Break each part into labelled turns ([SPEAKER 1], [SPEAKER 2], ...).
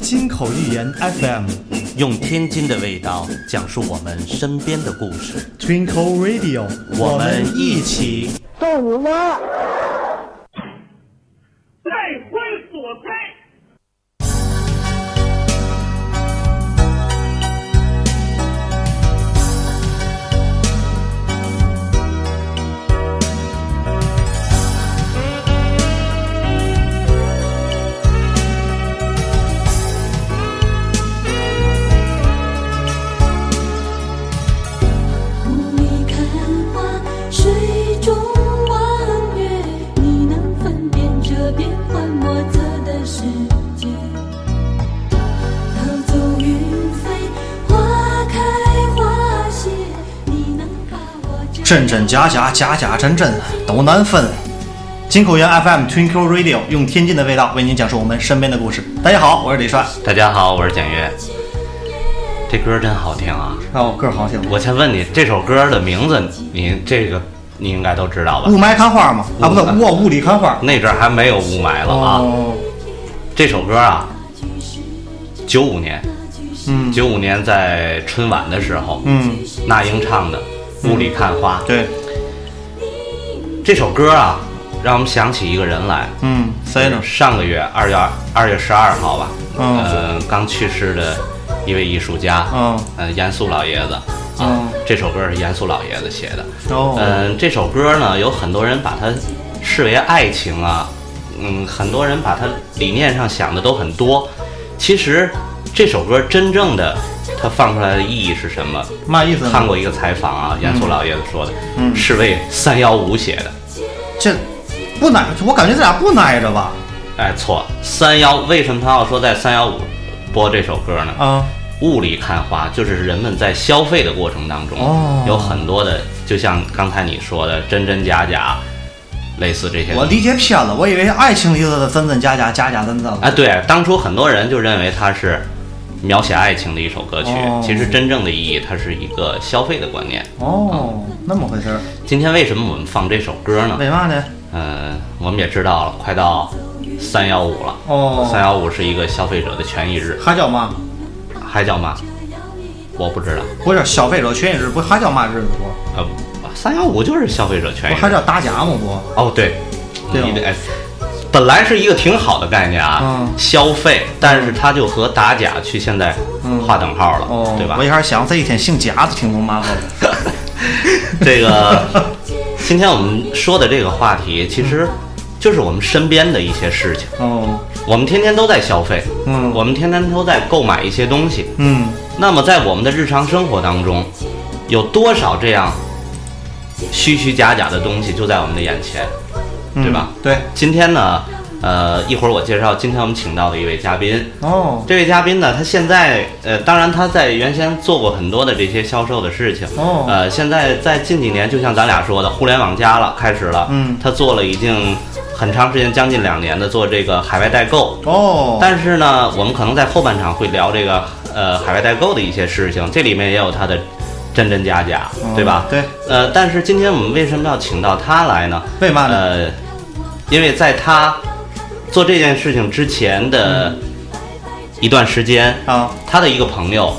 [SPEAKER 1] 金口玉言 FM，
[SPEAKER 2] 用天津的味道讲述我们身边的故事。
[SPEAKER 1] Twinkle Radio，
[SPEAKER 2] 我们一起
[SPEAKER 3] 动物吗？
[SPEAKER 4] 再婚所在。
[SPEAKER 1] 真真假假，假假真真，都难分。金口源 FM Twinkle Radio 用天津的味道为您讲述我们身边的故事。大家好，我是李帅。
[SPEAKER 2] 大家好，我是简约。这歌真好听啊！
[SPEAKER 1] 哦，歌好听。
[SPEAKER 2] 我先问你，这首歌的名字，你应该都知道吧？
[SPEAKER 1] 雾霾看花吗？啊，不对，雾里看花。
[SPEAKER 2] 那阵儿还没有雾霾了啊。
[SPEAKER 1] 哦、
[SPEAKER 2] 这首歌啊，95年，95年在春晚的时候，那英唱的。雾里看花，
[SPEAKER 1] 对，
[SPEAKER 2] 这首歌啊，让我们想起一个人来。
[SPEAKER 1] 谁呢？
[SPEAKER 2] 上个月2月12号吧，刚去世的一位艺术家，严肃老爷子啊。这首歌是严肃老爷子写的。这首歌呢，有很多人把它视为爱情啊，很多人把它理念上想的都很多。其实这首歌真正的。他放出来的意义是什么？
[SPEAKER 1] 嘛意思？
[SPEAKER 2] 看过一个采访啊，严肃老爷子说的，是为315写的。
[SPEAKER 1] 这不挨，我感觉这俩不挨着吧？
[SPEAKER 2] 哎，错，315为什么他要说在315播这首歌呢？雾里看花，就是人们在消费的过程当中，有很多的，就像刚才你说的真真假假，类似这些。
[SPEAKER 1] 我理解偏了，我以为爱情里头的真真假假，假假真真。
[SPEAKER 2] 哎，对，当初很多人就认为它是描写爱情的一首歌曲，其实真正的意义，它是一个消费的观念。
[SPEAKER 1] 那么回事。
[SPEAKER 2] 今天为什么我们放这首歌呢？
[SPEAKER 1] 为嘛呢？
[SPEAKER 2] 我们也知道了，快到315了。315是一个消费者的权益日。
[SPEAKER 1] 还叫嘛？
[SPEAKER 2] 还叫嘛？我不知道。
[SPEAKER 1] 不是消费者权益日，不还叫嘛日子不
[SPEAKER 2] ？315就是消费者权益日。
[SPEAKER 1] 不还叫打假吗？不？
[SPEAKER 2] 对，本来是一个挺好的概念啊，消费，但是它就和打假去现在划等号了，对吧？
[SPEAKER 1] 我一开始想这一天姓贾的挺能麻烦的。
[SPEAKER 2] 这个，今天我们说的这个话题，其实就是我们身边的一些事情。我们天天都在消费，我们天天都在购买一些东西，那么在我们的日常生活当中，有多少这样虚虚假假的东西就在我们的眼前？对吧？
[SPEAKER 1] 对，
[SPEAKER 2] 今天呢，一会儿我介绍今天我们请到的一位嘉宾。这位嘉宾呢，他现在当然他在原先做过很多的这些销售的事情。现在在近几年，就像咱俩说的，互联网加了，开始了。他做了已经很长时间，将近2年的做这个海外代购。但是呢，我们可能在后半场会聊这个海外代购的一些事情，这里面也有他的真真假假，对吧？
[SPEAKER 1] 对。
[SPEAKER 2] 但是今天我们为什么要请到他来呢？
[SPEAKER 1] 为嘛呢？
[SPEAKER 2] 因为在他做这件事情之前的一段时间，他的一个朋友，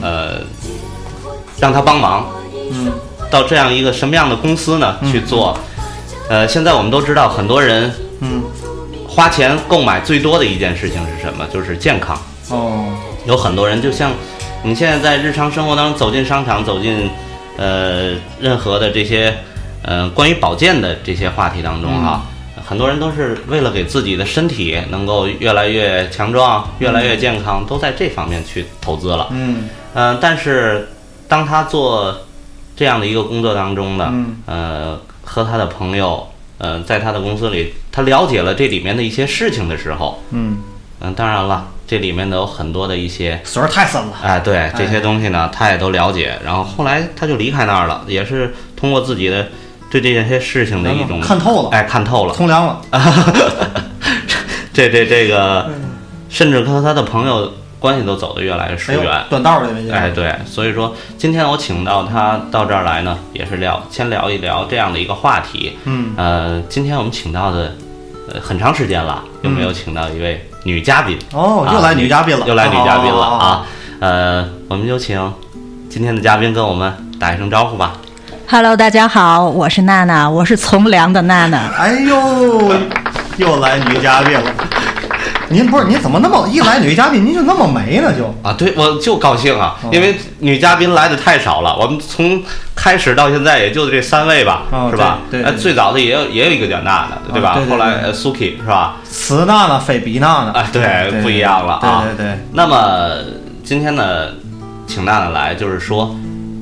[SPEAKER 2] 让他帮忙，到这样一个什么样的公司呢？去做，现在我们都知道，很多人，花钱购买最多的一件事情是什么？就是健康。有很多人就像。你现在在日常生活当中走进商场，走进任何的这些关于保健的这些话题当中很多人都是为了给自己的身体能够越来越强壮、越来越健康，都在这方面去投资了。但是当他做这样的一个工作当中呢，和他的朋友在他的公司里，他了解了这里面的一些事情的时候，当然了。这里面的有很多的一些
[SPEAKER 1] 水太深了，
[SPEAKER 2] 对这些东西呢，他也都了解。然后后来他就离开那儿了，也是通过自己的对这些事情的一种
[SPEAKER 1] 看透了，
[SPEAKER 2] 看透了，
[SPEAKER 1] 从良了。
[SPEAKER 2] 这个，甚至和他的朋友关系都走得越来越疏远，
[SPEAKER 1] 断道了。
[SPEAKER 2] 对，所以说今天我请到他到这儿来呢，也是先聊一聊这样的一个话题。今天我们请到的很长时间了，有没有请到一位女嘉宾
[SPEAKER 1] 哦，又来女嘉宾了，
[SPEAKER 2] 又来女嘉宾了啊！我们就请今天的嘉宾跟我们打一声招呼吧。
[SPEAKER 3] Hello， 大家好，我是娜娜，我是从良的娜娜。
[SPEAKER 1] 哎呦，又来女嘉宾了。您怎么那么一来女嘉宾您就那么美呢？就
[SPEAKER 2] 啊，对，我就高兴啊，因为女嘉宾来的太少了，我们从开始到现在也就这3位吧，是吧？
[SPEAKER 1] 对，
[SPEAKER 2] 最早的也有一个叫娜娜的，对吧？后来Suki 是吧？
[SPEAKER 1] 此娜娜非彼娜娜，
[SPEAKER 2] 对，不一样了啊。
[SPEAKER 1] 对。
[SPEAKER 2] 那么今天呢，请娜娜来，就是说，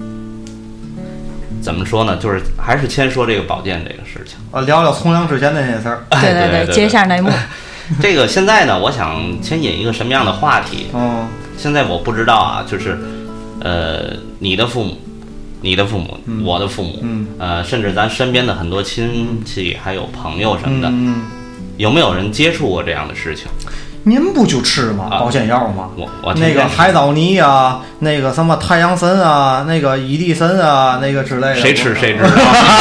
[SPEAKER 2] 怎么说呢？就是还是先说这个保健这个事情
[SPEAKER 1] 聊聊从良之前那些事儿。
[SPEAKER 3] 对，接一下内幕。
[SPEAKER 2] 这个现在呢，我想先引一个什么样的话题？现在我不知道啊，就是你的父母，我的父母，甚至咱身边的很多亲戚还有朋友什么的，有没有人接触过这样的事情？
[SPEAKER 1] 您不就吃吗？保健药吗？
[SPEAKER 2] 我
[SPEAKER 1] 那个海藻泥啊，那个什么太阳参啊，那个伊地参啊，那个之类的。
[SPEAKER 2] 谁吃谁知道。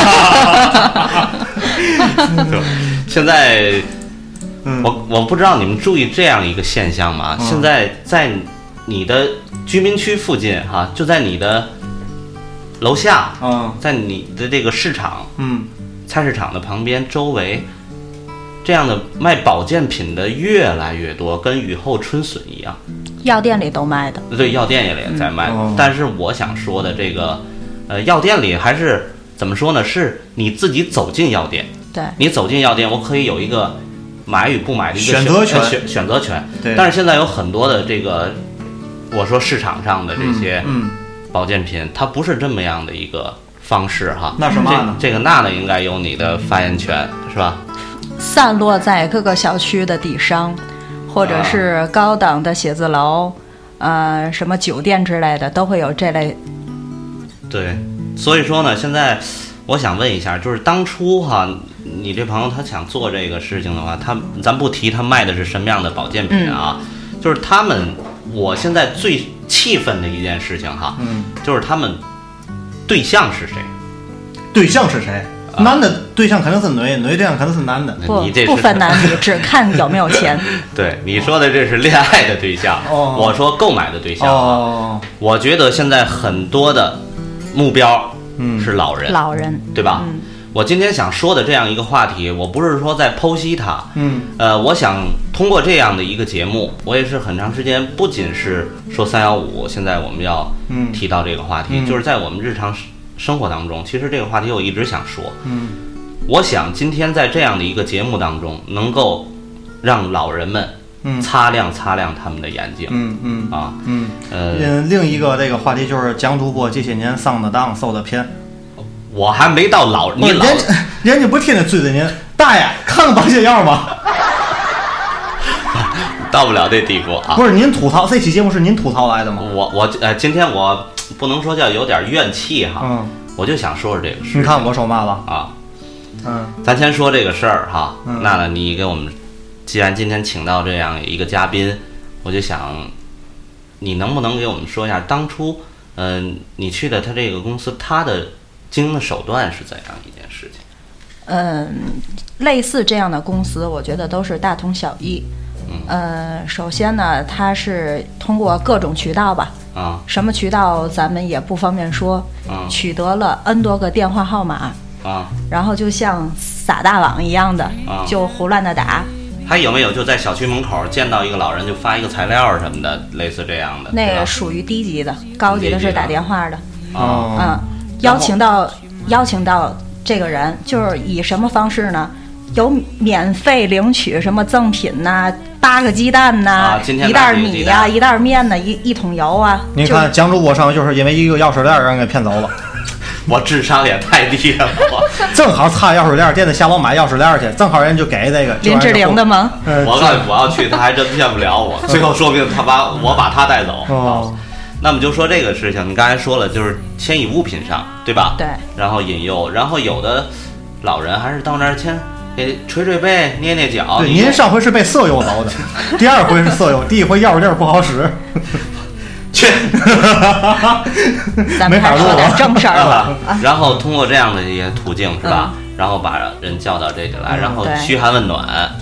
[SPEAKER 2] 现在。我不知道你们注意这样一个现象吗？现在在你的居民区附近哈，就在你的楼下，在你的这个市场，菜市场的旁边周围，这样的卖保健品的越来越多，跟雨后春笋一样。
[SPEAKER 3] 药店里都卖的。
[SPEAKER 2] 对，药店也在卖。但是我想说的这个，药店里还是怎么说呢？是你自己走进药店，
[SPEAKER 3] 对，
[SPEAKER 2] 你走进药店，我可以有一个。买与不买的一个选择权，
[SPEAKER 1] 对。
[SPEAKER 2] 但是现在有很多的这个，我说市场上的这些保健品，它不是这么样的一个方式哈。
[SPEAKER 1] 那是嘛呢？
[SPEAKER 2] 这个娜娜应该有你的发言权，是吧？
[SPEAKER 3] 散落在各个小区的底商，或者是高档的写字楼，什么酒店之类的，都会有这类。
[SPEAKER 2] 对，所以说呢，现在我想问一下，就是当初哈。你这朋友他想做这个事情的话，咱不提他卖的是什么样的保健品啊，就是他们，我现在最气愤的一件事情哈，就是他们对象是谁？
[SPEAKER 1] 对象是谁？男的对象肯定是女对象肯定是男的，
[SPEAKER 3] 不分男女，只看有没有钱。
[SPEAKER 2] 对，你说的这是恋爱的对象，我说购买的对象啊。我觉得现在很多的目标是老人，对吧？我今天想说的这样一个话题，我不是说在剖析它，我想通过这样的一个节目，我也是很长时间，不仅是说315，现在我们要提到这个话题，就是在我们日常生活当中，其实这个话题我一直想说，我想今天在这样的一个节目当中，能够让老人们擦亮他们的眼睛，
[SPEAKER 1] 另一个这个话题就是蒋主播这些年上的当受的骗。
[SPEAKER 2] 我还没到你老
[SPEAKER 1] 人家不天天追着您，大爷看保健药吗？
[SPEAKER 2] 到不了这地步啊！
[SPEAKER 1] 不是您吐槽，这期节目是您吐槽来的吗？
[SPEAKER 2] 今天我不能说叫有点怨气哈，我就想说说这个事情。
[SPEAKER 1] 你看我说嘛了
[SPEAKER 2] 啊？咱先说这个事儿哈。娜娜，你给我们，既然今天请到这样一个嘉宾，我就想，你能不能给我们说一下当初，你去的他这个公司，他的经营的手段是怎样一件事情？
[SPEAKER 3] 类似这样的公司，我觉得都是大同小异。首先呢，它是通过各种渠道吧，什么渠道咱们也不方便说，取得了 N 多个电话号码，然后就像撒大网一样的，就胡乱的打。
[SPEAKER 2] 还有没有就在小区门口见到一到人就发一个材料什么的，类似这样的？
[SPEAKER 3] 那个属于低级的，高级的是打电话的。邀请到这个人，就是以什么方式呢？有免费领取什么赠品呐、8个鸡蛋呐、1袋米呀、1袋面呐、一桶油啊。
[SPEAKER 1] 你看蒋主播上就是因为一个钥匙链让人给骗走了。
[SPEAKER 2] 我智商也太低了，
[SPEAKER 1] 正好擦钥匙链，店的下楼买钥匙链去，正好人就给这个
[SPEAKER 3] 林志玲的吗？
[SPEAKER 2] 我告诉你，我要去，他还真骗不了我。最后说不定我把他带走。那么就说这个事情，你刚才说了，就是先以物品上，对吧？
[SPEAKER 3] 对。
[SPEAKER 2] 然后引诱，然后有的老人还是到那儿先给捶捶背、捏捏脚。
[SPEAKER 1] 对，您上回是被色诱走的，第二回是色诱，第一回钥匙链不好使。
[SPEAKER 2] 去，
[SPEAKER 3] 咱们还说点正事儿了。
[SPEAKER 2] 然后通过这样的一些途径，是吧？然后把人叫到这里来，然后嘘寒问暖，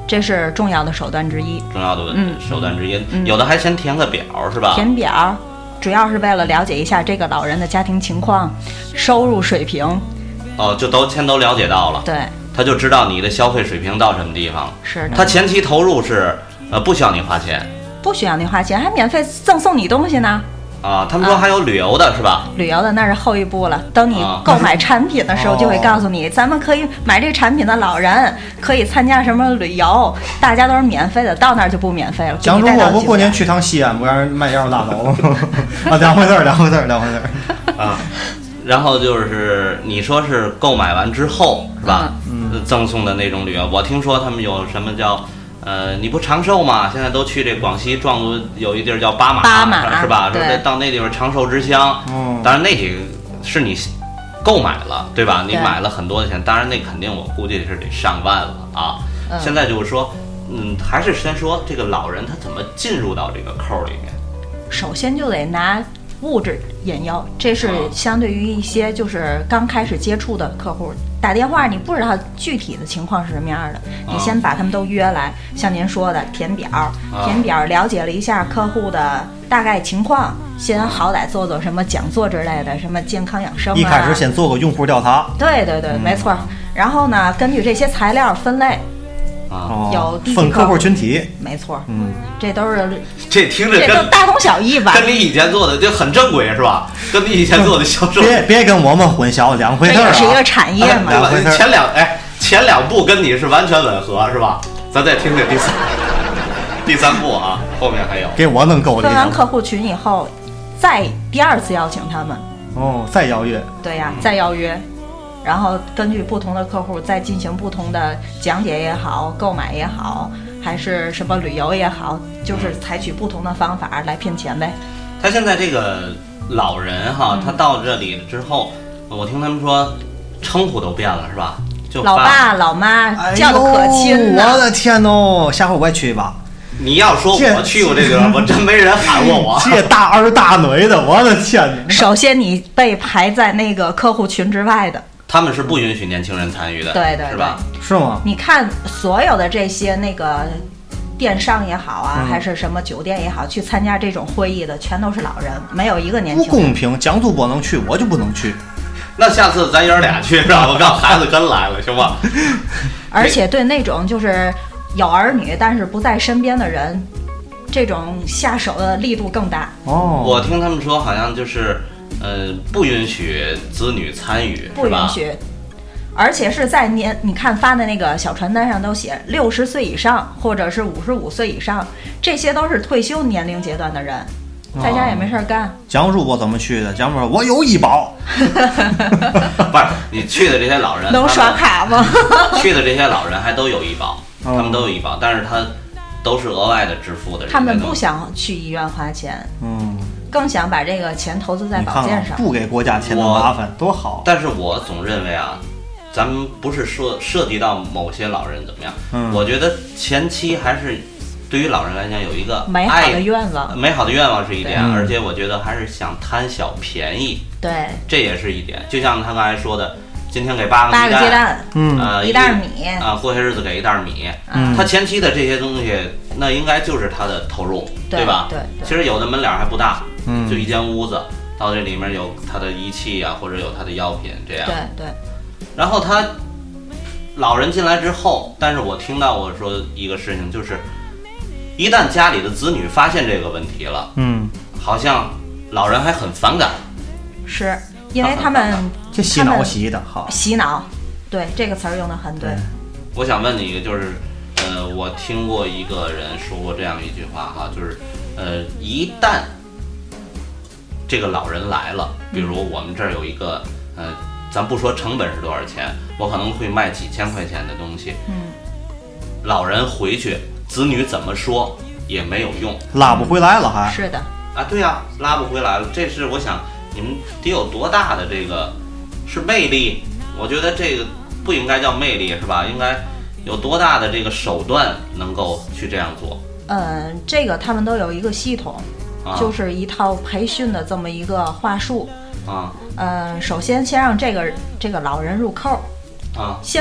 [SPEAKER 3] 这是重要的手段之一。
[SPEAKER 2] 重要的手段之一，有的还先填个表是吧？
[SPEAKER 3] 填表主要是为了了解一下这个老人的家庭情况、收入水平。
[SPEAKER 2] 哦，就先都了解到了。
[SPEAKER 3] 对，
[SPEAKER 2] 他就知道你的消费水平到什么地方。
[SPEAKER 3] 是的。
[SPEAKER 2] 他前期投入是不需要你花钱。
[SPEAKER 3] 不需要你花钱，还免费赠送你东西呢。
[SPEAKER 2] 啊，他们说还有旅游的是吧？
[SPEAKER 3] 旅游的那是后一步了。等你购买产品的时候，就会告诉你，咱们可以买这个产品的老人可以参加什么旅游，大家都是免费的，到那儿就不免费了。
[SPEAKER 1] 讲如我不过年去趟西安，不让人卖药拉走啊，两回事儿
[SPEAKER 2] 啊。然后就是你说是购买完之后是吧？赠送的那种旅游，我听说他们有什么叫。你不长寿吗？现在都去这广西壮族有一地儿叫巴马是吧？说到那地方长寿之乡。当然那几个是你购买了对吧？你买了很多的钱，当然那肯定我估计是得上万了啊。现在就是说，还是先说这个老人他怎么进入到这个扣里面。
[SPEAKER 3] 首先就得拿物质引诱，这是相对于一些就是刚开始接触的客户打电话，你不知道具体的情况是什么样的，你先把他们都约来，像您说的填表，了解了一下客户的大概情况，先好歹做什么讲座之类的，什么健康养生
[SPEAKER 1] 一开始先做个用户调查。
[SPEAKER 3] 对，没错。然后呢，根据这些材料分类。有
[SPEAKER 1] 分客户群体，
[SPEAKER 3] 没错，这都是
[SPEAKER 2] 这听着
[SPEAKER 3] 这都大同小异吧？
[SPEAKER 2] 跟你以前做的就很正规是吧？跟你以前做的销售，
[SPEAKER 1] 别跟我们混淆两回事儿。
[SPEAKER 3] 这也是一个产业嘛，
[SPEAKER 2] 两回事。前两步跟你是完全吻合是吧？咱再听听第三步啊，后面还有。
[SPEAKER 1] 给我能够
[SPEAKER 3] 分完客户群以后，再第二次邀请他们。
[SPEAKER 1] 再邀约。
[SPEAKER 3] 对呀，再邀约。然后根据不同的客户再进行不同的讲解也好，购买也好，还是什么旅游也好，就是采取不同的方法来骗钱呗。
[SPEAKER 2] 他现在这个老人哈，他到这里之后，我听他们说称呼都变了是吧？就
[SPEAKER 3] 老爸老妈叫的可亲了。
[SPEAKER 1] 我的天哦，下回我也去吧。
[SPEAKER 2] 你要说我去过这地方，我真没人喊过我。
[SPEAKER 1] 这大儿大女的，我的天哪！
[SPEAKER 3] 首先你被排在那个客户群之外的。
[SPEAKER 2] 他们是不允许年轻人参与的，
[SPEAKER 3] 对，
[SPEAKER 2] 是吧？
[SPEAKER 1] 是吗？
[SPEAKER 3] 你看所有的这些那个电商也好啊，还是什么酒店也好，去参加这种会议的全都是老人，没有一个年轻人。
[SPEAKER 1] 不公平，蒋主播能去，我就不能去。
[SPEAKER 2] 那下次咱爷俩去，让我让孩子跟来了，行吗？
[SPEAKER 3] 而且对那种就是有儿女但是不在身边的人，这种下手的力度更大。
[SPEAKER 2] 我听他们说，好像就是。不允许子女参与，
[SPEAKER 3] 不允许，而且是在你看发的那个小传单上都写60岁以上或者是55岁以上，这些都是退休年龄阶段的人，在家也没事干。
[SPEAKER 1] 蒋主播怎么去的？蒋主播我有医保。
[SPEAKER 2] 不是你去的这些老人
[SPEAKER 3] 能刷卡吗？
[SPEAKER 2] 去的这些老人还都有医保，他们都有医保，但是他都是额外的支付的。
[SPEAKER 3] 他们不想去医院花钱。更想把这个钱投资在保健上，
[SPEAKER 1] 不给国家添的麻烦多好。
[SPEAKER 2] 但是我总认为啊，咱们不是说涉及到某些老人怎么样，我觉得前期还是对于老人来讲有一个
[SPEAKER 3] 美好的愿望，
[SPEAKER 2] 美好的愿望是一点，而且我觉得还是想贪小便宜，
[SPEAKER 3] 对，
[SPEAKER 2] 这也是一点。就像他刚才说的，今天给8个
[SPEAKER 3] 鸡蛋，一袋米
[SPEAKER 2] 过些日子给一袋米，他前期的这些东西，那应该就是他的投入，对吧？
[SPEAKER 3] 对，
[SPEAKER 2] 其实有的门脸还不大。就一间屋子，到这里面有他的仪器啊，或者有他的药品这样。
[SPEAKER 3] 对。
[SPEAKER 2] 然后他老人进来之后，但是我听到我说一个事情，就是一旦家里的子女发现这个问题了，好像老人还很反感。
[SPEAKER 3] 是因为他们
[SPEAKER 1] 这洗脑洗的好，
[SPEAKER 3] 洗脑，对这个词儿用的很对。
[SPEAKER 2] 我想问你一个，就是我听过一个人说过这样一句话哈，就是一旦这个老人来了，比如我们这儿有一个咱不说成本是多少钱，我可能会卖几千块钱的东西，老人回去子女怎么说也没有用，
[SPEAKER 1] 拉不回来了还。
[SPEAKER 3] 是的
[SPEAKER 2] 啊，对啊，拉不回来了。这是我想你们得有多大的这个是魅力？我觉得这个不应该叫魅力是吧？应该有多大的这个手段能够去这样做？
[SPEAKER 3] 这个他们都有一个系统。就是一套培训的这么一个话术首先让这个老人入扣先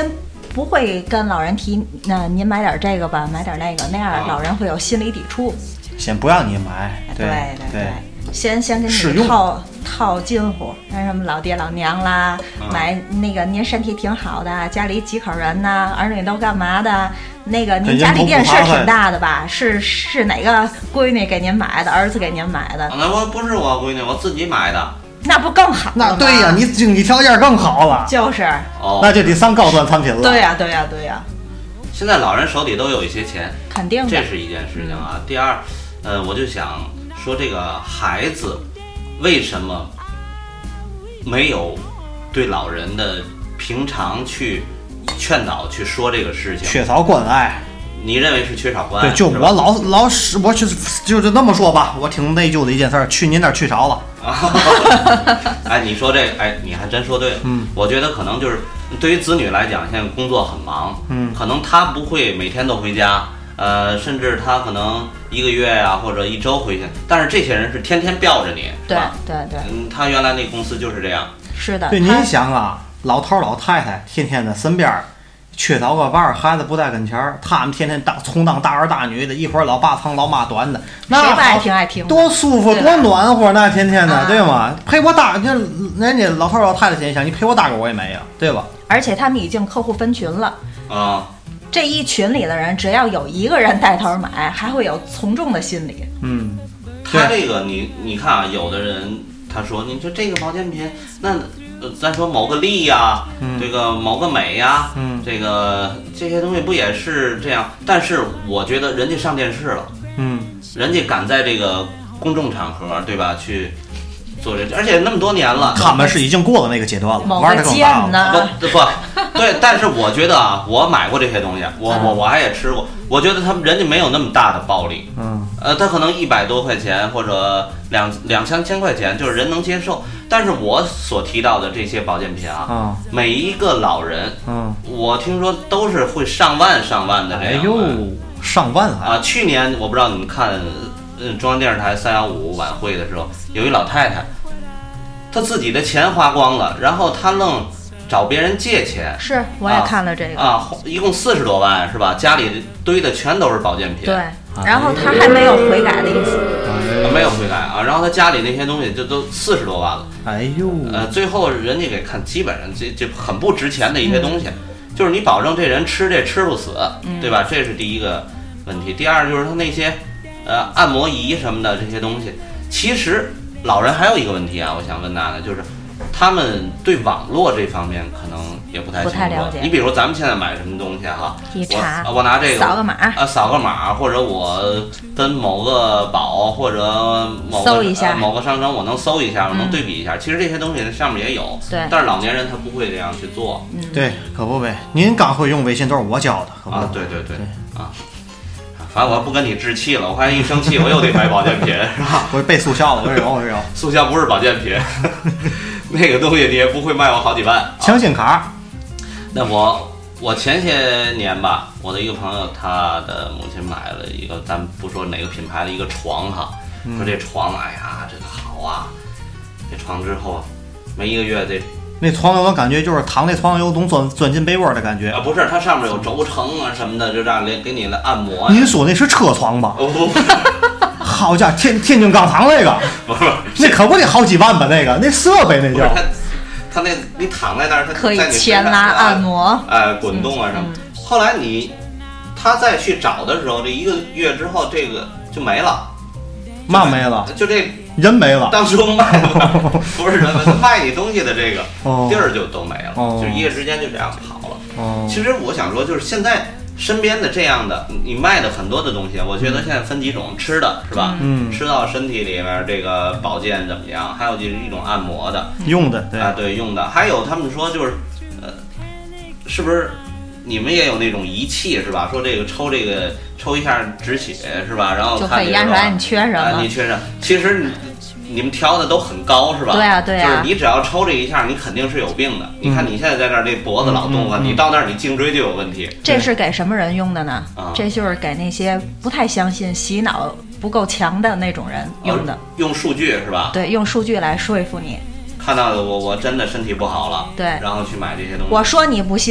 [SPEAKER 3] 不会跟老人提，您买点这个吧，买点那个，那样老人会有心理抵触。
[SPEAKER 1] 先不让你买，
[SPEAKER 3] 对，先给你套近乎，那什么老爹老娘啦，买那个您身体挺好的，家里几口人呢，儿女都干嘛的？那个您家里电视挺大的吧？是哪个闺女给您买的？儿子给您买的？
[SPEAKER 2] 那我不是我闺女，我自己买的。
[SPEAKER 3] 那不更好？
[SPEAKER 1] 那对呀，你经济条件更好了。
[SPEAKER 3] 就是。
[SPEAKER 1] 那就得上高端产品了。
[SPEAKER 3] 对呀。
[SPEAKER 2] 现在老人手里都有一些钱，
[SPEAKER 3] 肯定的，
[SPEAKER 2] 这是一件事情啊。第二，我就想说这个孩子为什么没有对老人的平常去劝导去说这个事情？
[SPEAKER 1] 缺少关爱。
[SPEAKER 2] 你认为是缺少关爱？
[SPEAKER 1] 对，就我老是我就那么说吧，我挺内疚的一件事，去您那儿去少了。
[SPEAKER 2] 哎，你说这个，哎，你还真说对了。我觉得可能就是对于子女来讲，现在工作很忙，可能他不会每天都回家，甚至他可能1个月啊或者1周回去，但是这些人是天天吊着你，
[SPEAKER 3] 对，
[SPEAKER 2] 他原来那公司就是这样。
[SPEAKER 3] 是的。
[SPEAKER 1] 对，您想啊，老头老太太天天的身边缺少个伴儿，孩子不在跟前儿，他们天天充当大儿大女的，一会儿老爸长老妈短的，那
[SPEAKER 3] 谁不爱听爱听，
[SPEAKER 1] 多舒服多暖和，那天天的，对吗？陪我大，就人家老头老太太心想，你陪我大个我也没有，对吧？
[SPEAKER 3] 而且他们已经客户分群了
[SPEAKER 2] 啊，
[SPEAKER 3] 这一群里的人，只要有一个人带头买，还会有从众的心理。
[SPEAKER 2] 他这个你看啊，有的人他说，你说这个保健品，那咱说某个利呀，这个某个美呀，这些东西不也是这样？但是我觉得人家上电视了，人家敢在这个公众场合，对吧？去做这，而且那么多年了，
[SPEAKER 1] 他们是已经过了那个阶段了，玩的更大
[SPEAKER 2] 了。不，对，但是我觉得啊，我买过这些东西，我还也吃过，我觉得人家没有那么大的暴利，他可能100多块钱或者2、3千块钱，就是人能接受。但是我所提到的这些保健品啊，每一个老人，我听说都是会上万的这样。
[SPEAKER 1] 哎呦，上万
[SPEAKER 2] 啊！去年我不知道你们看，中央电视台315晚会的时候，有一老太太，她自己的钱花光了，然后她愣找别人借钱。
[SPEAKER 3] 是，我也看了这个
[SPEAKER 2] 啊，一共40多万是吧？家里堆的全都是保健品。
[SPEAKER 3] 对，然后她还没有悔改的意思。
[SPEAKER 2] 没有悔改啊，然后他家里那些东西就都40多万了。
[SPEAKER 1] 哎呦，
[SPEAKER 2] 最后人家给看，基本上这很不值钱的一些东西，就是你保证这人吃不死，对吧？这是第一个问题。第二就是他那些按摩仪什么的这些东西，其实老人还有一个问题啊，我想问大家，就是他们对网络这方面可能也不太
[SPEAKER 3] 了解。
[SPEAKER 2] 你比如咱们现在买什么东西哈，
[SPEAKER 3] 一查，
[SPEAKER 2] 我拿这个
[SPEAKER 3] 扫个码啊，
[SPEAKER 2] 扫个码，或者我跟某个宝或者
[SPEAKER 3] 搜一下
[SPEAKER 2] 某个商城，我能搜一下，我能对比一下。其实这些东西上面也有，
[SPEAKER 3] 对，
[SPEAKER 2] 但是老年人他不会这样去做。
[SPEAKER 1] 对，可不呗。您刚会用微信都是我教的，可不
[SPEAKER 2] 啊，对啊。反正我不跟你置气了，我看一生气我又得买保健品，是吧？
[SPEAKER 1] 我被速效了，我是有。
[SPEAKER 2] 速效不是保健品，那个东西你也不会卖我好几万。
[SPEAKER 1] 强心卡。
[SPEAKER 2] 那我前些年吧，我的一个朋友，他的母亲买了一个，咱不说哪个品牌的一个床哈，说这床，哎呀，这个好啊，这床之后没1个月
[SPEAKER 1] 那床有种感觉，就是躺那床有种钻进被窝的感觉
[SPEAKER 2] 啊！不是，它上面有轴承啊什么的，就让给你来按摩。
[SPEAKER 1] 您说那是车床吧？
[SPEAKER 2] 不，
[SPEAKER 1] 好家伙，天津钢厂那个，
[SPEAKER 2] 不是，
[SPEAKER 1] 那可不得好几万吧？那设备那叫。
[SPEAKER 2] 他那你躺在那儿，他
[SPEAKER 3] 可以牵拉按摩，
[SPEAKER 2] 滚动啊什么。后来他再去找的时候，这1个月之后，这个就没了。
[SPEAKER 1] 嘛没了？
[SPEAKER 2] 就这。
[SPEAKER 1] 人没了，
[SPEAKER 2] 当初卖不是人卖你东西的这个地儿就都没了，就一夜之间就这样跑了。其实我想说，就是现在身边的这样的你卖的很多的东西，我觉得现在分几种，吃的是吧？吃到身体里面这个保健怎么样？还有就是一种按摩的，
[SPEAKER 1] 用的，对
[SPEAKER 2] 啊，对用的，还有他们说就是是不是？你们也有那种仪器是吧？说这个抽一下止血是吧？然后
[SPEAKER 3] 就可以验出来你缺什么？
[SPEAKER 2] 你缺什么？其实你们挑的都很高是吧？
[SPEAKER 3] 对啊，
[SPEAKER 2] 就是你只要抽这一下，你肯定是有病的。你看你现在在这儿，这脖子老动啊，你到那儿你颈椎就有问题。
[SPEAKER 3] 这是给什么人用的呢？这就是给那些不太相信、洗脑不够强的那种人用的。
[SPEAKER 2] 用数据是吧？
[SPEAKER 3] 对，用数据来说服你。
[SPEAKER 2] 看到我真的身体不好了，
[SPEAKER 3] 对，
[SPEAKER 2] 然后去买这些东西。
[SPEAKER 3] 我说你不信，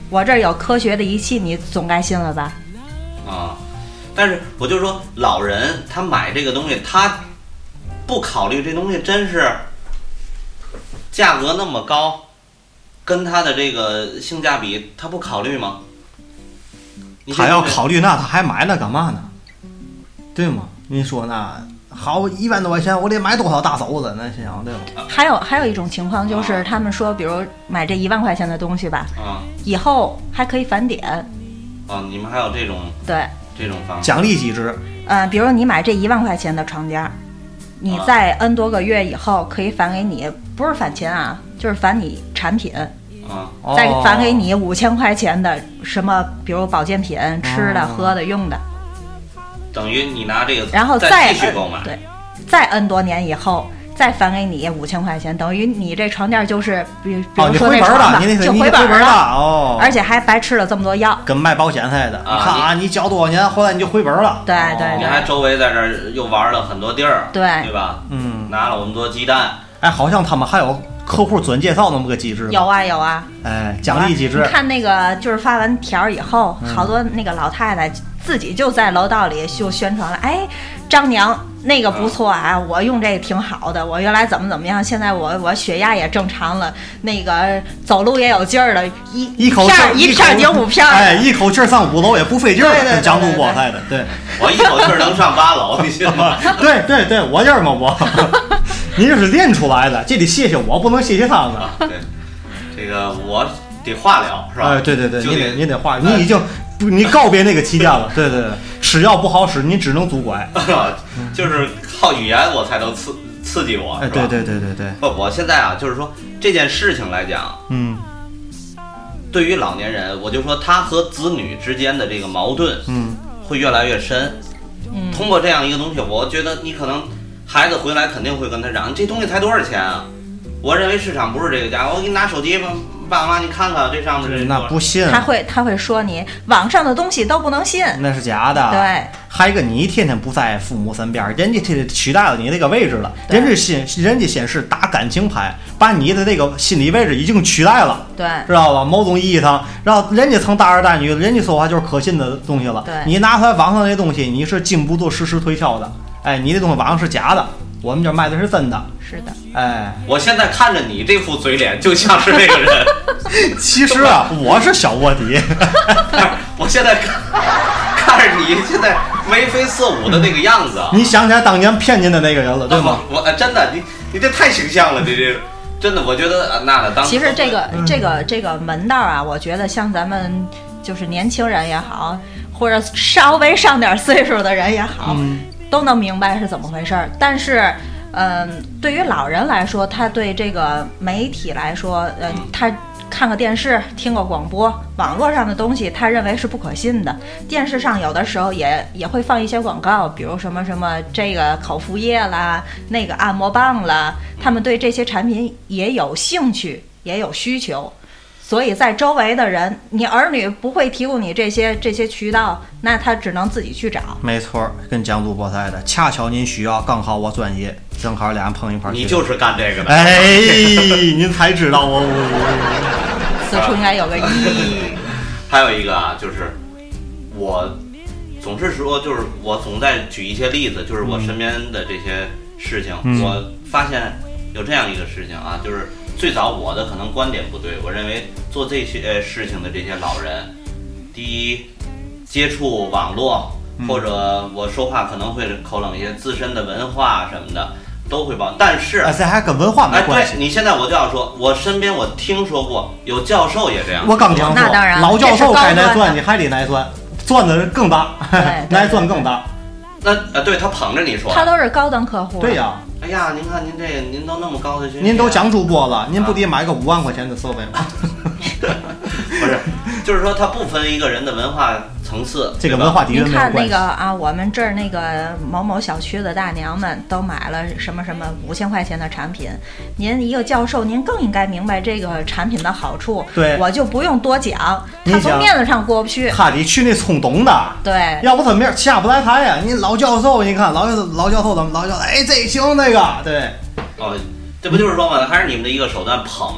[SPEAKER 3] 我这儿有科学的仪器，你总该信了吧？
[SPEAKER 2] 啊，但是我就说老人他买这个东西，他不考虑这东西真是价格那么高，跟他的这个性价比，他不考虑吗？
[SPEAKER 1] 他要考虑那他还买那干嘛呢？对吗？你说那好1万多块钱，我得买多少大手子？那想对吗？
[SPEAKER 3] 还有一种情况就是他们说，比如买这1万块钱的东西吧，以后还可以返点。
[SPEAKER 2] 你们还有这种方法
[SPEAKER 1] 奖励机制？
[SPEAKER 3] 比如你买这1万块钱的床垫，你在 N 多个月以后可以返给你，不是返钱啊，就是返你产品。再返给你5000块钱的什么，比如保健品、吃的、喝的、用的，
[SPEAKER 2] 等于你拿这个，
[SPEAKER 3] 然后
[SPEAKER 2] 再继续购买，
[SPEAKER 3] 对，再 N 多年以后再返给你5000块钱，等于你这床垫就是，比如说那床吧，就回本了，而且还白吃了这么多药，
[SPEAKER 1] 跟卖保险似的。你看啊，你交多少年，后来你就回本了。
[SPEAKER 3] 对对，
[SPEAKER 2] 你还周围在这儿又玩了很多地儿，
[SPEAKER 3] 对
[SPEAKER 2] 吧？拿了我们多鸡蛋。
[SPEAKER 1] 好像他们还有客户转介绍那么个机制。
[SPEAKER 3] 有啊，
[SPEAKER 1] 奖励机制。
[SPEAKER 3] 你看那个就是发完条以后，好多那个老太太自己就在楼道里就宣传了，张娘那个不错啊，我用这个挺好的，我原来怎么样，现在我血压也正常了，那个走路也有劲儿了，一片顶5片，
[SPEAKER 1] 一口气上5楼也不费劲儿，跟江都菠菜的，对，
[SPEAKER 2] 我一口气能上8楼，你信吗？
[SPEAKER 1] 对，我这儿嘛我。你这是练出来的，这得谢谢我，不能谢谢他呢。
[SPEAKER 2] 对，这个我得化疗是吧？
[SPEAKER 1] 对，你得化，你已经你告别那个期间了。对，吃药不好使，你只能拄拐。
[SPEAKER 2] 就是靠语言我才能刺激我。
[SPEAKER 1] 对。
[SPEAKER 2] 不，我现在就是说这件事情来讲，对于老年人，我就说他和子女之间的这个矛盾，会越来越深。通过这样一个东西，我觉得你可能。孩子回来肯定会跟他讲，这东西才多少钱啊？我认为市场不是这个价，我给你拿手机吧，爸妈你看看这上面这。
[SPEAKER 1] 那不信。
[SPEAKER 3] 他会说你网上的东西都不能信，
[SPEAKER 1] 那是假的。
[SPEAKER 3] 对。
[SPEAKER 1] 还有一个，你天天不在父母身边，人家取代了你那个位置了，人家先是打感情牌，把你的这个心理位置已经取代了，
[SPEAKER 3] 对，
[SPEAKER 1] 知道吧？某种意义上，然后人家成大儿大女，人家说话就是可信的东西了。
[SPEAKER 3] 对，
[SPEAKER 1] 你拿出来网上那东西，你是经不住实时推敲的。你这东西网上是假的，我们这卖的是真的。
[SPEAKER 3] 是的。
[SPEAKER 2] 我现在看着你这副嘴脸，就像是那个人。
[SPEAKER 1] 其实我是小卧底。
[SPEAKER 2] 我现在看着你现在眉飞色舞的那个样子，
[SPEAKER 1] 你想起来当年骗您的那个人了，对吗？
[SPEAKER 2] 我真的，你这太形象了，这真的，我觉得那当时。
[SPEAKER 3] 其实这个门道啊，我觉得像咱们就是年轻人也好，或者稍微上点岁数的人也好。都能明白是怎么回事儿，但是，对于老人来说，他对这个媒体来说，他看个电视、听个广播，网络上的东西，他认为是不可信的。电视上有的时候也会放一些广告，比如什么这个口服液啦，那个按摩棒啦，他们对这些产品也有兴趣，也有需求。所以在周围的人，你儿女不会提供你这些渠道，那他只能自己去找。
[SPEAKER 1] 没错，跟江都菠菜的，恰巧您需要，刚好我专业，正好俩人碰一块儿。
[SPEAKER 2] 你就是干这个的。
[SPEAKER 1] 您才知道我。
[SPEAKER 3] 此处应该有个一。
[SPEAKER 2] 还有一个就是我总是说，就是我总在举一些例子，就是我身边的这些事情，我发现有这样一个事情就是。最早我的可能观点不对，我认为做这些事情的这些老人，第一，接触网络或者我说话可能会口冷一些，自身的文化什么的都会报，但是
[SPEAKER 1] 这还跟文化没关系。
[SPEAKER 2] 对，你现在我就要说，我身边我听说过有教授也这样。
[SPEAKER 1] 我刚听说，
[SPEAKER 3] 那当然，
[SPEAKER 1] 老教授该来钻，你还得来钻，钻的更大，来钻更大。
[SPEAKER 2] 那对他捧着你说，
[SPEAKER 3] 他都是高等客户。
[SPEAKER 1] 对呀。
[SPEAKER 2] 哎呀，您看您这个，您都那么高的学历，
[SPEAKER 1] 您都讲主播了，您不得买个5万块钱的设备吗？
[SPEAKER 2] 不是，就是说他不分一个人的文化层次，
[SPEAKER 1] 这个文化底蕴没有关系。
[SPEAKER 3] 您看那个我们这儿那个某某小区的大娘们都买了什么5000块钱的产品，您一个教授，您更应该明白这个产品的好处。
[SPEAKER 1] 对，
[SPEAKER 3] 我就不用多讲，他从面子上过不去。
[SPEAKER 1] 他得去那冲懂的，
[SPEAKER 3] 对，
[SPEAKER 1] 要不他面下不来台呀。你老教授，你看老教授怎么老教授，这行那个，对。
[SPEAKER 2] 这不就是说嘛，还是你们的一个手段捧。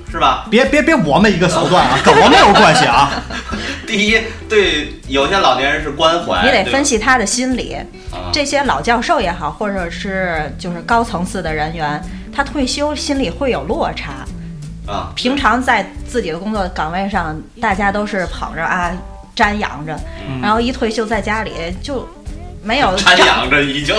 [SPEAKER 2] 是吧？
[SPEAKER 1] 别我们一个手段啊，跟我没有关系啊。
[SPEAKER 2] 第一，对有些老年人是关怀，
[SPEAKER 3] 你得分析他的心理。这些老教授也好，或者是就是高层次的人员，他退休心里会有落差。平常在自己的工作岗位上，大家都是捧着啊瞻仰着，然后一退休在家里就没有
[SPEAKER 2] 瞻仰着已经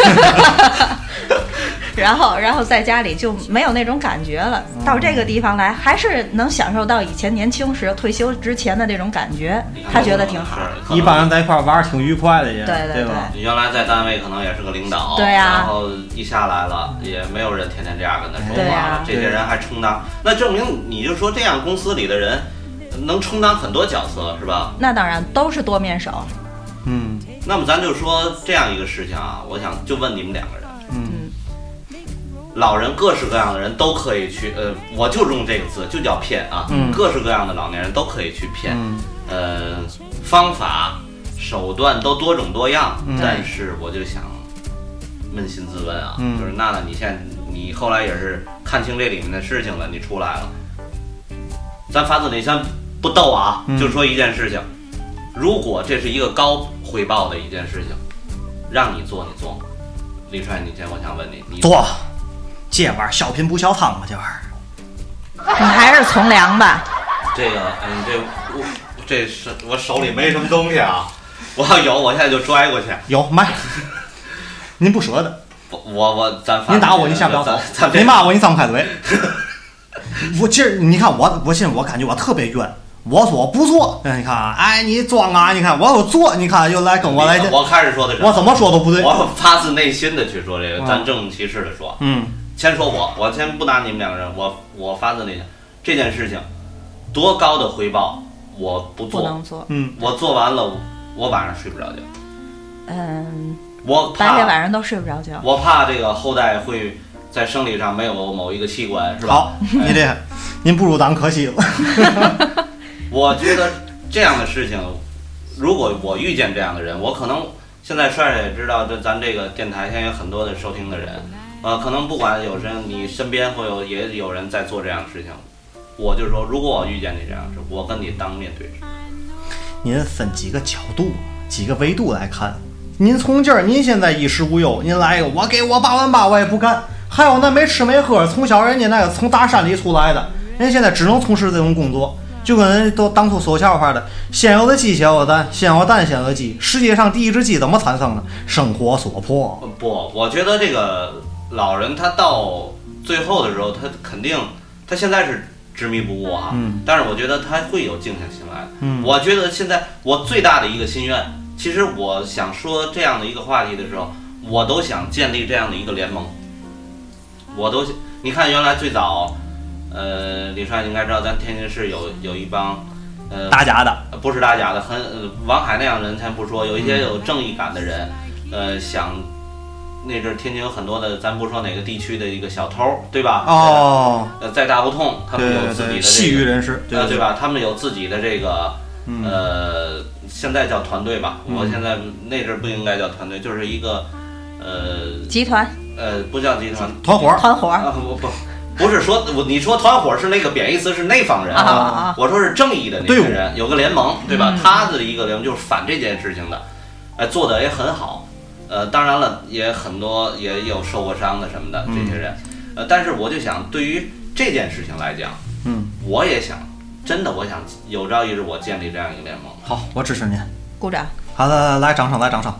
[SPEAKER 3] 然后在家里就没有那种感觉了。到这个地方来，还是能享受到以前年轻时退休之前的那种感觉，他觉得挺好。
[SPEAKER 1] 一帮人在一块玩挺愉快的也，
[SPEAKER 3] 对
[SPEAKER 1] 吧？
[SPEAKER 2] 你原来在单位可能也是个领导，
[SPEAKER 3] 对呀，
[SPEAKER 2] 然后一下来了，也没有人天天这样跟他说话，
[SPEAKER 3] 对呀，
[SPEAKER 2] 这些人还充当，那证明你就说这样公司里的人能充当很多角色，是吧？
[SPEAKER 3] 那当然都是多面手。
[SPEAKER 2] 那么咱就说这样一个事情啊，我想就问你们两个人，老人各式各样的人都可以去，我就用这个字，就叫骗啊，各式各样的老年人都可以去骗，方法手段都多种多样，但是我就想扪心自问啊，就是娜娜，你后来也是看清这里面的事情了，你出来了，咱发自内心不逗啊，就说一件事情，如果这是一个高回报的一件事情，让你做，你做吗？李帅，我想问你
[SPEAKER 1] 做。这玩意儿小品不小汤嘛，这玩意
[SPEAKER 3] 儿。你还是从良吧。
[SPEAKER 2] 这个，这是我手里没什么东西啊，我要有，我现在就拽过去。
[SPEAKER 1] 有卖，您不舍得。
[SPEAKER 2] 您
[SPEAKER 1] 打我，你下不了手；您骂我，你张不开嘴。我今儿你看我感觉我特别冤。我说不做，你看，哎，你装啊！你看，我说做，你看又来跟我来。
[SPEAKER 2] 我开始说的是，
[SPEAKER 1] 我怎么说都不对。
[SPEAKER 2] 我发自内心的去说这个，咱正其事的说。先说我先不拿你们两个人，我发自内心，这件事情多高的回报我不做，
[SPEAKER 3] 不能做。
[SPEAKER 2] 我做完了，我晚上睡不着觉。我怕
[SPEAKER 3] 白天晚上都睡不着觉。
[SPEAKER 2] 我怕这个后代会在生理上没有某一个器官，是吧？
[SPEAKER 1] 好，你厉害，您不如咱可惜了。
[SPEAKER 2] 我觉得这样的事情，如果我遇见这样的人，我可能现在帅帅也知道，咱这个电台现在有很多的收听的人，可能不管有人你身边也有人在做这样的事情，我就说，如果我遇见你这样的事，我跟你当面对质。
[SPEAKER 1] 您分几个角度、几个维度来看。您从这儿，您现在衣食无忧，您来一个，我给我8万8，我也不干。还有那没吃没喝，从小人家那个从大山里出来的，人现在只能从事这种工作。就跟人都当初说笑话的，先有的鸡，先有的蛋，先有蛋，先有的鸡。世界上第一只鸡怎么产生的？生活所迫。
[SPEAKER 2] 不，我觉得这个老人他到最后的时候，他肯定，他现在是执迷不悟啊，但是我觉得他会有静下心来。我觉得现在我最大的一个心愿，其实我想说这样的一个话题的时候，我都想建立这样的一个联盟。你看原来最早。李帅应该知道，咱天津市有一帮，
[SPEAKER 1] 打假的，
[SPEAKER 2] 不是打假的，王海那样的人咱不说，有一些有正义感的人，想那阵天津有很多的，咱不说哪个地区的一个小偷，对吧？
[SPEAKER 1] 哦，
[SPEAKER 2] 在大胡同，他们有自己的
[SPEAKER 1] 细余人士，
[SPEAKER 2] 对吧？他们有自己的这个，现在叫团队吧，我现在那阵不应该叫团队，就是一个，
[SPEAKER 3] 集团，
[SPEAKER 2] 不叫集团，
[SPEAKER 1] 团伙，
[SPEAKER 2] 不是说你说团伙是那个贬义词，是那方人啊。我说是正义的那些人，有个联盟，对吧？他的一个联盟就是反这件事情的，做的也很好。当然了，也很多也有受过伤的什么的这些人，但是我就想，对于这件事情来讲，我也想，真的，我想有朝一日我建立这样一个联盟。
[SPEAKER 1] 好，我支持您，
[SPEAKER 3] 鼓掌。
[SPEAKER 1] 好的，来掌声，来掌声。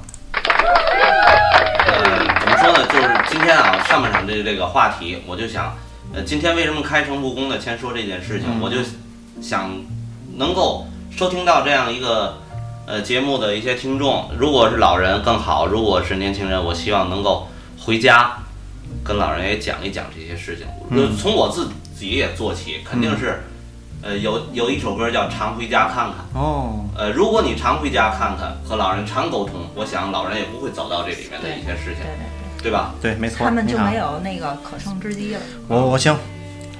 [SPEAKER 2] 怎么说呢？就是今天啊，上半场这个话题，我就想。今天为什么开诚布公的先说这件事情？我就想能够收听到这样一个节目的一些听众，如果是老人更好，如果是年轻人，我希望能够回家跟老人也讲一讲这些事情。从我自己也做起，肯定是有一首歌叫《常回家看看》
[SPEAKER 1] 哦。
[SPEAKER 2] 如果你常回家看看，和老人常沟通，我想老人也不会走到这里面的一些事情。对吧？
[SPEAKER 1] 对，没错。
[SPEAKER 3] 他们就没有那个可乘之机了。
[SPEAKER 1] 我行，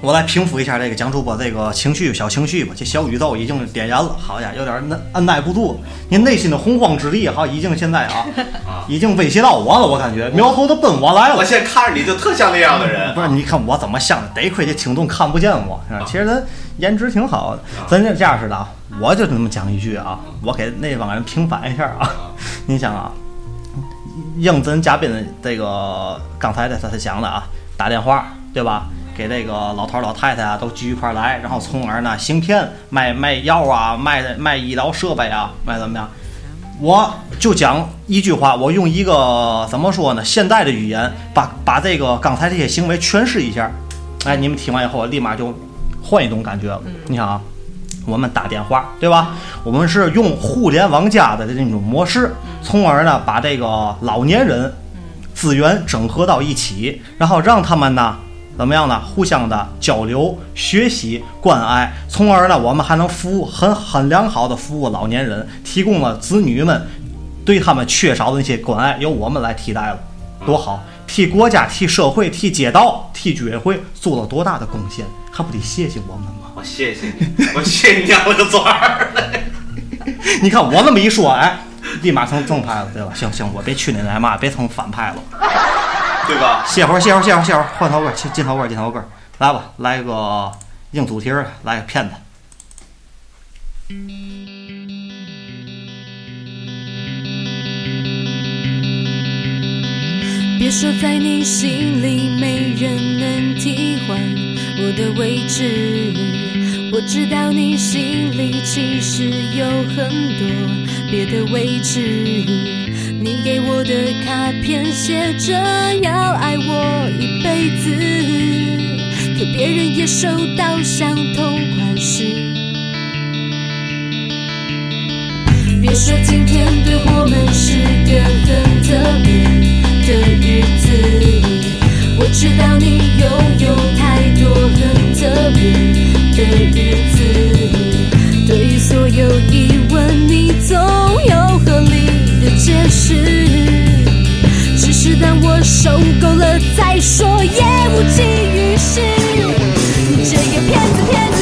[SPEAKER 1] 我来平复一下这个蒋主播这个小情绪吧。这小宇宙已经点燃了，好家伙，有点按耐不住。您内心的洪荒之力，已经现在已经威胁到我了。我感觉苗头都奔我来了。
[SPEAKER 2] 我现在看着你就特像那样的人。
[SPEAKER 1] 不是，你看我怎么想的？得亏这听众看不见我，其实咱颜值挺好的。咱这样似的，我就这么讲一句啊，我给那帮人平反一下啊。你想啊，应咱嘉宾的这个刚才他讲的打电话对吧？给这个老头老太太都聚一块来，然后从而呢行骗卖药卖医疗设备卖怎么样？我就讲一句话，我用一个怎么说呢？现代的语言把这个刚才这些行为诠释一下。哎，你们听完以后立马就换一种感觉了。你看我们打电话对吧？我们是用互联网加的这种模式，从而呢把这个老年人资源整合到一起，然后让他们呢怎么样呢？互相的交流、学习、关爱，从而呢，我们还能服务很良好的服务老年人，提供了子女们对他们缺少的那些关爱，由我们来替代了，多好！替国家、替社会、替街道、替居委会做了多大的贡献，还不得谢谢我们吗？
[SPEAKER 2] 我谢谢你，我谢谢你让我个嘴儿。
[SPEAKER 1] 你看我那么一说，立马成正派了，对吧？行，我别去那奶妈，别成反派了。
[SPEAKER 2] 对吧？
[SPEAKER 1] 歇会儿，换头歌，进头歌，来吧，来个硬主题，来个骗子。
[SPEAKER 5] 别说在你心里没人能替换我的位置，我知道你心里其实有很多别的位置。你给我的卡片写着要爱我一辈子，可别人也收到相同款式。别说今天对我们是个很特别的日子，我知道你拥有太多很特别的日子，对于所有疑问你总有合理的解释，只是当我受够了再说也无济于事。你这个骗子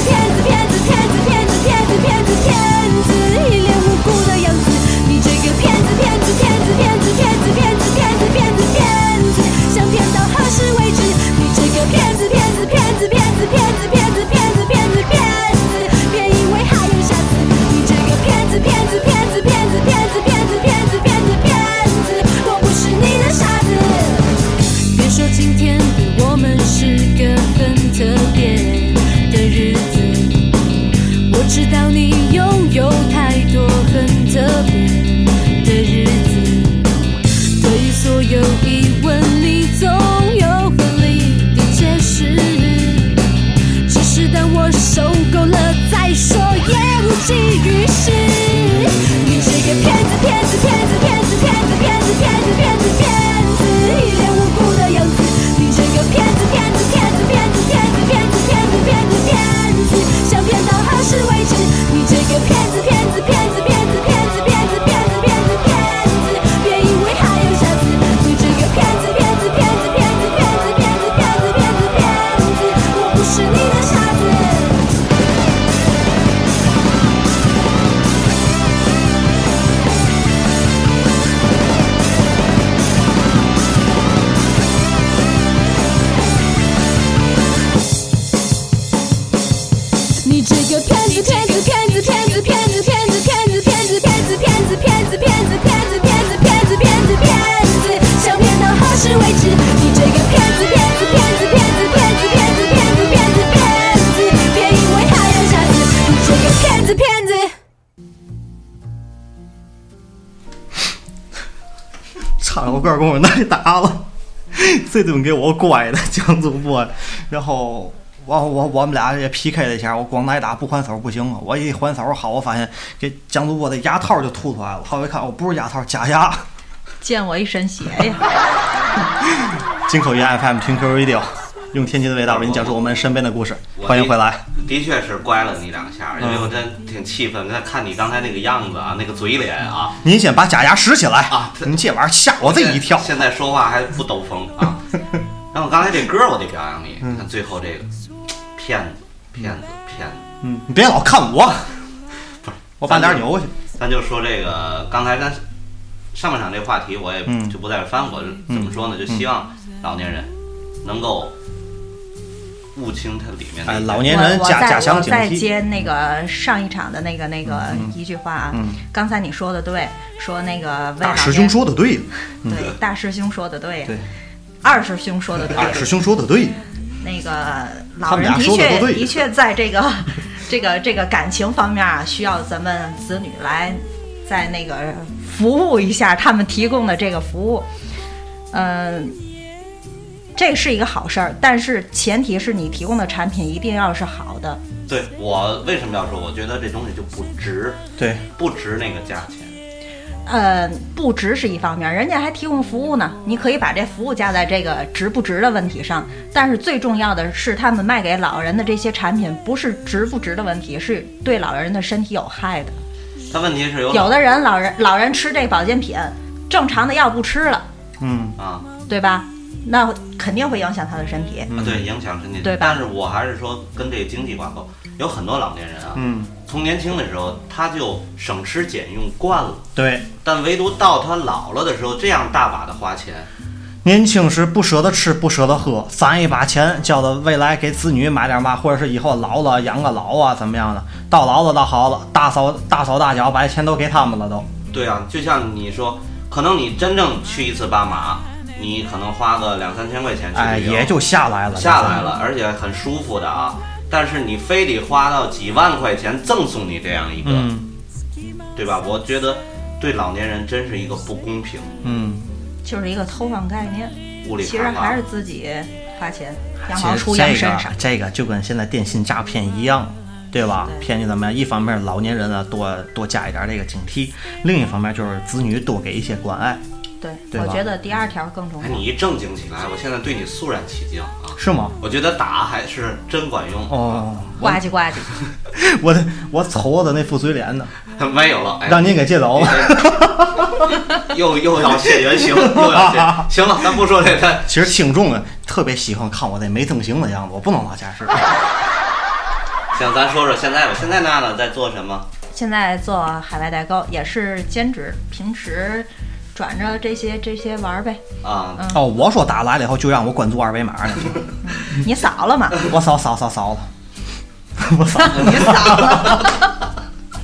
[SPEAKER 5] 一脸无辜的样子，你这个骗子想骗到何时为止？你这个骗子别以为还有下次，你这个骗子我不是你的傻子。别说今天对我们是个很特别的日子，我知道你拥有太多很特别的日子，对于所有疑问你总有合理的解释，只是当我受够了再说也无济于事。你这个骗子一脸无辜的样子，你这个骗子想骗到何时为止？你这个骗子别以为还有下次，你这个骗子我不是你的傻子。你这个骗子想骗到何时为止？你这个骗子别以为还有下次，你这个骗子。
[SPEAKER 1] 唱首歌给我挨打了，这顿给我乖的蒋主播，然后。我们俩也 PK 了一下，我光挨打不还手不行啊！我一还手好，我发现给蒋主播的牙套就吐出来了。后来一看，我不是牙套，假牙。
[SPEAKER 3] 溅我一身血呀！
[SPEAKER 1] 金口源 FM 听 Q Radio， 用天气的味道为你讲述我们身边的故事。欢迎回来。
[SPEAKER 2] 的确是乖了你两下，因为我真挺气愤。看你刚才那个样子那个嘴脸
[SPEAKER 1] 您先把假牙拾起来您这玩意儿吓我这一跳。
[SPEAKER 2] 现在说话还不兜风然后刚才这歌我得表扬你，看最后这个。 骗子。
[SPEAKER 1] 你别老看我，不是，我把点扭过去。
[SPEAKER 2] 咱就说这个，刚才咱上半场这个话题，我也就不再翻过。怎么说呢？就希望老年人能够悟清它里面的。
[SPEAKER 1] 老年人加强警惕。
[SPEAKER 3] 我再接那个上一场的那个一句话啊，刚才你说的对，说那个
[SPEAKER 1] 大师兄说的对，
[SPEAKER 3] 对，大师兄说的对，
[SPEAKER 1] 对，
[SPEAKER 3] 二师兄说的对，
[SPEAKER 1] 二师兄说的对。
[SPEAKER 3] 那个老人的确在这个感情方面啊，需要咱们子女来在那个服务一下他们提供的这个服务。这是一个好事儿，但是前提是你提供的产品一定要是好的。
[SPEAKER 2] 对，我为什么要说？我觉得这东西就不值，
[SPEAKER 1] 对，
[SPEAKER 2] 不值那个价钱。
[SPEAKER 3] 不值是一方面，人家还提供服务呢，你可以把这服务加在这个值不值的问题上。但是最重要的是，他们卖给老人的这些产品不是值不值的问题，是对老人的身体有害的。
[SPEAKER 2] 他问题是
[SPEAKER 3] 有的人老人吃这保健品，正常的药不吃了，对吧？那肯定会影响他的身体。
[SPEAKER 2] 对，影响身体，
[SPEAKER 3] 对吧？
[SPEAKER 2] 但是我还是说跟这个经济挂钩，有很多老年人啊，从年轻的时候他就省吃俭用惯了，
[SPEAKER 1] 对，
[SPEAKER 2] 但唯独到他老了的时候，这样大把的花钱。
[SPEAKER 1] 年轻时不舍得吃不舍得喝，攒一把钱叫他未来给子女买点嘛，或者是以后老了养个老啊怎么样的，到老了倒好了，大手大脚把钱都给他们了都。
[SPEAKER 2] 对啊，就像你说，可能你真正去一次巴马，你可能花个2-3千块钱去旅游，
[SPEAKER 1] 也就下来了，
[SPEAKER 2] 而且很舒服的啊。但是你非得花到几万块钱赠送你这样一个，对吧？我觉得对老年人真是一个不公平。
[SPEAKER 3] 就是一个偷换概念，
[SPEAKER 2] 物理
[SPEAKER 3] 其实还是自己花钱，羊毛出羊身上。
[SPEAKER 1] 这个就跟现在电信诈骗一样，对吧？骗你怎么样？一方面老年人啊多加一点这个警惕，另一方面就是子女多给一些关爱。
[SPEAKER 3] 对，我觉得第二条更重要。
[SPEAKER 2] 你一正经起来，我现在对你肃然起敬啊！
[SPEAKER 1] 是吗？
[SPEAKER 2] 我觉得打还是真管用
[SPEAKER 1] 哦，
[SPEAKER 3] 呱唧呱唧。
[SPEAKER 1] 我瞅的那副嘴脸呢，
[SPEAKER 2] 没有了，
[SPEAKER 1] 让您给借走了。
[SPEAKER 2] 又要现原形，又要现。行了，咱不说这个。
[SPEAKER 1] 其实听众呢特别喜欢看我这没正形的样子，我不能老假释。
[SPEAKER 2] 行，咱说说现在吧。现在呢在做什么？
[SPEAKER 3] 现在做海外代购，也是兼职，平时转着这些玩呗。
[SPEAKER 1] 我说打来了以后就让我关注二维码呢。
[SPEAKER 3] 你扫了吗？
[SPEAKER 1] 我扫了。我扫了。
[SPEAKER 3] 你扫了。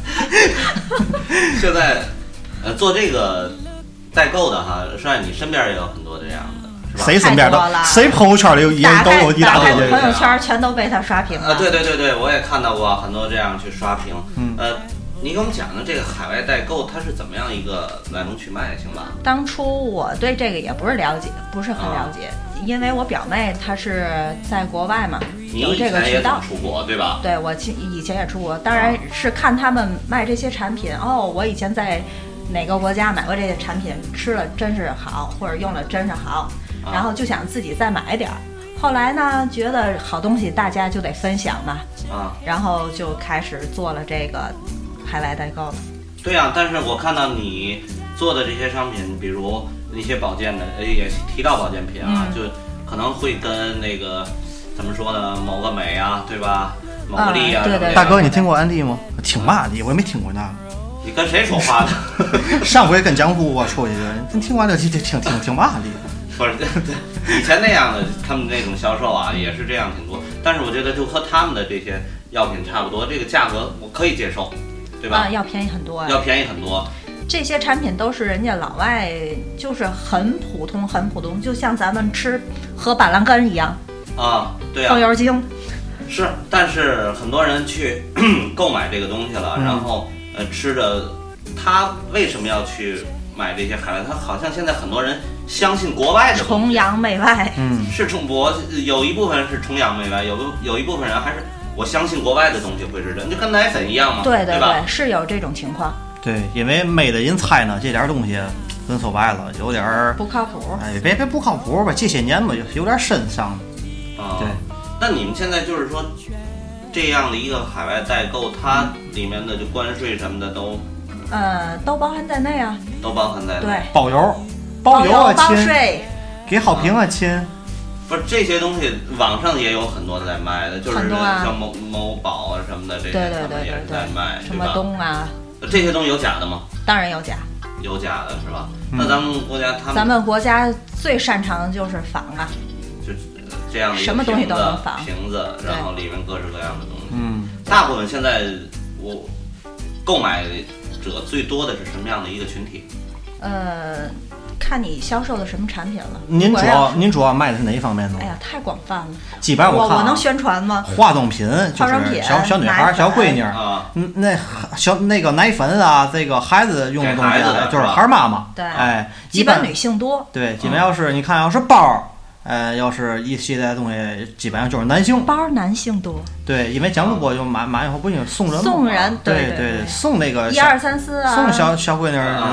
[SPEAKER 2] 现在做这个代购的哈，帅，你身边也有很多这样的，是吧？
[SPEAKER 1] 谁身边的？谁朋友圈里也都有一大堆。
[SPEAKER 3] 朋友圈全都被他刷屏了。
[SPEAKER 2] 对，我也看到过很多这样去刷屏。你给我们讲讲这个海外代购它是怎么样一个来龙去脉，行吧？
[SPEAKER 3] 当初我对这个也不是很了解，因为我表妹她是在国外嘛，有这个渠道。
[SPEAKER 2] 出国对吧？
[SPEAKER 3] 对，我以前也出国，当然是看他们卖这些产品。我以前在哪个国家买过这些产品，吃了真是好，或者用了真是好，然后就想自己再买点儿。后来呢，觉得好东西大家就得分享嘛，然后就开始做了这个海外代购了。
[SPEAKER 2] 对啊，但是我看到你做的这些商品，比如那些保健的，也提到保健品啊，就可能会跟那个怎么说呢，某个美啊，对吧？某个力啊。
[SPEAKER 3] 对。
[SPEAKER 1] 大哥，你听过安利吗？挺嘛的，我也没听过那个。
[SPEAKER 2] 你跟谁说话的？
[SPEAKER 1] 上回跟江湖我出去的，你听完了挺嘛的。
[SPEAKER 2] 不是，以前那样的他们那种销售啊，也是这样挺多。但是我觉得就和他们的这些药品差不多，这个价格我可以接受，对吧？
[SPEAKER 3] 要便宜很多。
[SPEAKER 2] 要便宜很多。
[SPEAKER 3] 这些产品都是人家老外就是很普通，就像咱们喝板蓝根一样。
[SPEAKER 2] 对啊。
[SPEAKER 3] 风油精。
[SPEAKER 2] 是，但是很多人去购买这个东西了，然后吃着，他为什么要去买这些海外？他好像现在很多人相信国外的
[SPEAKER 3] 崇洋媚外。
[SPEAKER 2] 是有一部分是崇洋媚外，有一部分人还是我相信国外的东西会是真，就跟奶粉一样嘛。
[SPEAKER 3] 对
[SPEAKER 2] 吧？
[SPEAKER 3] 是有这种情况。
[SPEAKER 1] 对，因为Made in China这点东西，咱说白了有点
[SPEAKER 3] 不靠谱。
[SPEAKER 1] 别不靠谱吧，这些年吧有点深上。对。
[SPEAKER 2] 那你们现在就是说，这样的一个海外代购，它里面的就关税什么的
[SPEAKER 3] 都包含在内啊。
[SPEAKER 2] 都包含在内。
[SPEAKER 3] 对。
[SPEAKER 1] 包邮啊，
[SPEAKER 3] 包税，
[SPEAKER 1] 给好评啊，亲。
[SPEAKER 2] 不是这些东西，网上也有很多在卖的，就是像某宝啊什么的，这些他们也是在卖，
[SPEAKER 3] 什么东啊，
[SPEAKER 2] 这些东西有假的吗？
[SPEAKER 3] 当然有假，
[SPEAKER 2] 有假的是吧？那咱们国家
[SPEAKER 3] 咱们国家最擅长的就是仿啊，
[SPEAKER 2] 就这样的
[SPEAKER 3] 什么东西都能仿，
[SPEAKER 2] 瓶子，然后里面各式各样的东西。大部分现在我购买者最多的是什么样的一个群体？
[SPEAKER 3] 看你销售的什么产品了。
[SPEAKER 1] 您主要卖的是哪一方面呢？
[SPEAKER 3] 哎呀，太广泛了。
[SPEAKER 1] 基本上我看
[SPEAKER 3] 我能宣传吗？
[SPEAKER 1] 化妆品就是小女孩、小闺女啊，那个奶粉啊，这个孩子用的东西就是孩妈妈。
[SPEAKER 3] 对，
[SPEAKER 1] 哎，
[SPEAKER 3] 基本女性多。
[SPEAKER 1] 对，基本要是你看，要是包。要是一系列东西，基本上就是男性
[SPEAKER 3] 包，男性多。
[SPEAKER 1] 对，因为蒋主播就买以后不仅送人吗？
[SPEAKER 3] 送人，
[SPEAKER 1] 对，送那个
[SPEAKER 3] 1、2、3、4啊，
[SPEAKER 1] 送小闺女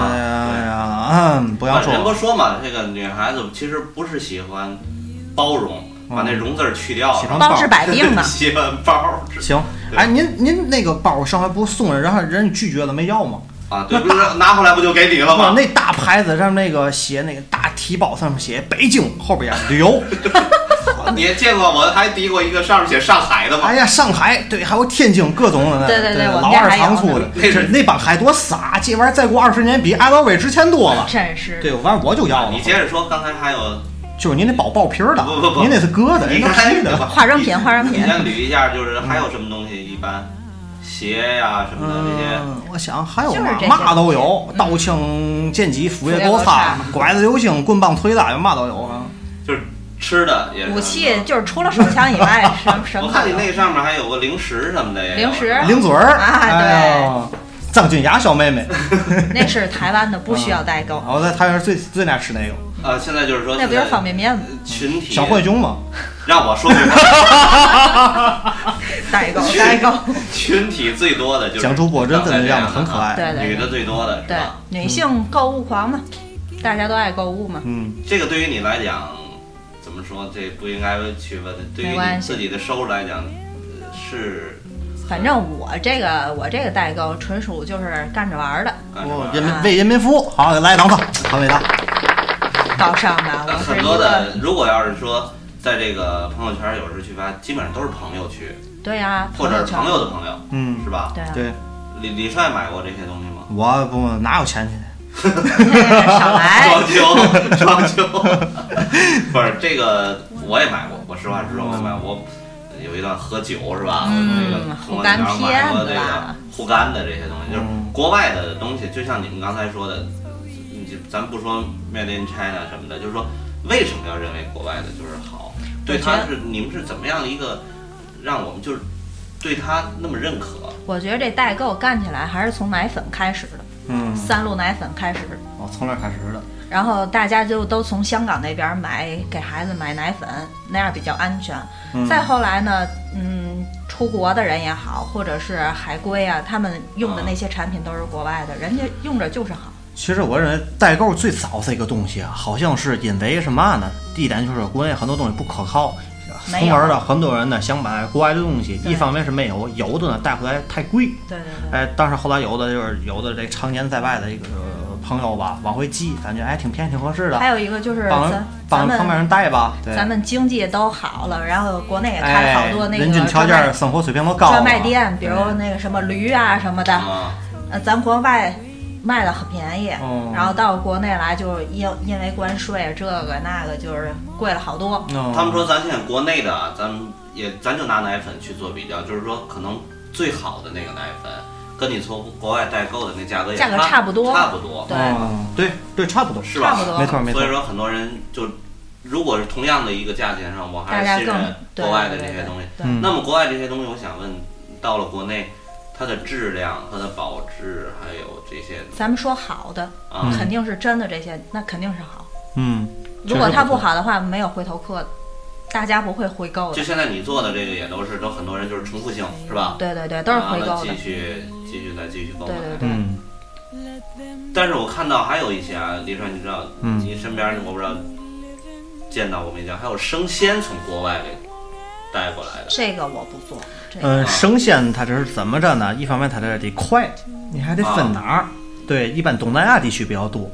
[SPEAKER 1] 不要说。
[SPEAKER 2] 人不说嘛，这个女孩子其实不是喜欢包容，把那容字去掉，
[SPEAKER 3] 包治百病啊，
[SPEAKER 2] 喜欢包。
[SPEAKER 1] 行，哎，您那个包上回不是送人，然后人拒绝了没要吗？
[SPEAKER 2] 啊，对，不是拿回来不就给你了吗？
[SPEAKER 1] 那大牌子上那个写那个大提包上面写北京，后边旅游。
[SPEAKER 2] 你也见过，我还提过一个上面写上海的吗？
[SPEAKER 1] 哎呀，上海对，还有天津各种的呢。
[SPEAKER 3] 对，
[SPEAKER 1] 老二仓促的，那帮孩多傻，这玩意儿再过20年比爱乐威值钱多了。
[SPEAKER 3] 真是。
[SPEAKER 1] 对，反正我就要了。
[SPEAKER 2] 你接着说，刚才还有。
[SPEAKER 1] 就是您那爆皮的，
[SPEAKER 2] 不，
[SPEAKER 1] 您那是割的，
[SPEAKER 2] 您看的
[SPEAKER 3] 化妆品。
[SPEAKER 2] 你先捋一下，就是还有什么东西一般？鞋呀什么的这些，
[SPEAKER 1] 我想还有嘛都有，刀枪剑戟斧钺钩叉，拐子流星棍棒腿打，有嘛都有啊。
[SPEAKER 2] 就是吃的也是
[SPEAKER 3] 武器，就是除了手枪以外，什么？
[SPEAKER 2] 我看你那上面还有个零食什么的，
[SPEAKER 3] 零食、
[SPEAKER 1] 零嘴儿
[SPEAKER 3] 啊，对。
[SPEAKER 1] 张君雅小妹妹，
[SPEAKER 3] 那是台湾的，不需要代购。
[SPEAKER 1] 我在台湾最爱吃那个。
[SPEAKER 2] 现在就是说，
[SPEAKER 3] 那不就是方便面吗？
[SPEAKER 2] 群体
[SPEAKER 1] 小浣熊吗？
[SPEAKER 2] 让我说句话。
[SPEAKER 3] 代购。
[SPEAKER 2] 群体最多的就是
[SPEAKER 1] 蒋主播真的样子很可爱，
[SPEAKER 3] 对，
[SPEAKER 2] 女的最多的是吧？
[SPEAKER 3] 对，女性购物狂嘛，大家都爱购物嘛。
[SPEAKER 2] 这个对于你来讲，怎么说？这不应该去问。对于你自己的收入来讲，是。
[SPEAKER 3] 反正我这个代购纯属就是干着玩的。
[SPEAKER 1] 为人民服务，好，来两套，很伟大。
[SPEAKER 3] 高尚的，
[SPEAKER 2] 很多的。如果要是说在这个朋友圈有时去发，基本上都是朋友去。
[SPEAKER 3] 对呀，
[SPEAKER 2] 或者是朋友的朋友，是吧？
[SPEAKER 1] 对。
[SPEAKER 2] 李帅买过这些东西吗？
[SPEAKER 1] 我不哪有钱去。
[SPEAKER 3] 少来。
[SPEAKER 2] 装修。不是这个，我也买过。我实话实说，我买我。有一段喝酒是吧？那个
[SPEAKER 3] 护肝片
[SPEAKER 2] 这个护肝的这些东西，就是国外的东西，就像你们刚才说的，咱不说 Made in China 什么的，就是说为什么要认为国外的就是好？对它是你们是怎么样的一个让我们就是对它那么认可？
[SPEAKER 3] 我觉得这代购干起来还是从奶粉开始的，3鹿奶粉开始。
[SPEAKER 1] 从那开始的。
[SPEAKER 3] 然后大家就都从香港那边给孩子买奶粉，那样比较安全。再后来呢，出国的人也好，或者是海归啊，他们用的那些产品都是国外的，人家用着就是好。
[SPEAKER 1] 其实我认为代购最早这个东西啊，好像是因为什么呢？第一点就是国内很多东西不可靠，从而呢，很多人呢想买国外的东西，一方面是没有，有的呢带回来太贵。
[SPEAKER 3] 对。
[SPEAKER 1] 但是后来有的这常年在外的一个朋友吧，往回寄，感觉挺便宜挺合适的。
[SPEAKER 3] 还有一个就是
[SPEAKER 1] 帮旁边人带吧，
[SPEAKER 3] 咱们经济都好了，然后国内也开了好多那个
[SPEAKER 1] 人均条件、生活水平都高了。
[SPEAKER 3] 专卖店，比如那个什么驴啊什么的，咱国外卖的很便宜，然后到国内来就因为关税这个那个就是贵了好多。
[SPEAKER 2] 他们说咱现在国内的，咱就拿奶粉去做比较，就是说可能最好的那个奶粉。跟你从国外代购的那价格
[SPEAKER 3] 差不多，
[SPEAKER 1] 对，差不多，
[SPEAKER 2] 是吧？
[SPEAKER 1] 没错。
[SPEAKER 2] 所以说很多人就，如果是同样的一个价钱上，我还是信任国外的这些东西。那么国外这些东西，我想问，到了国内，它的质量、它的保质，还有这些，
[SPEAKER 3] 咱们说好的，肯定是真的，这些那肯定是好。如果它不好的话，没有回头客的。大家不会回购的。
[SPEAKER 2] 就现在你做的这个也都很多人就是重复性，是吧？
[SPEAKER 3] 对，都是回购的。
[SPEAKER 2] 继续购买。
[SPEAKER 3] 对。
[SPEAKER 2] 但是我看到还有一些啊，李帅，你知道，你身边我不知道见到过没见，还有生鲜从国外给带过来的。
[SPEAKER 3] 这个我不做。
[SPEAKER 1] 生鲜它这是怎么着呢？一方面它这得快，你还得分哪儿。对，一般东南亚地区比较多。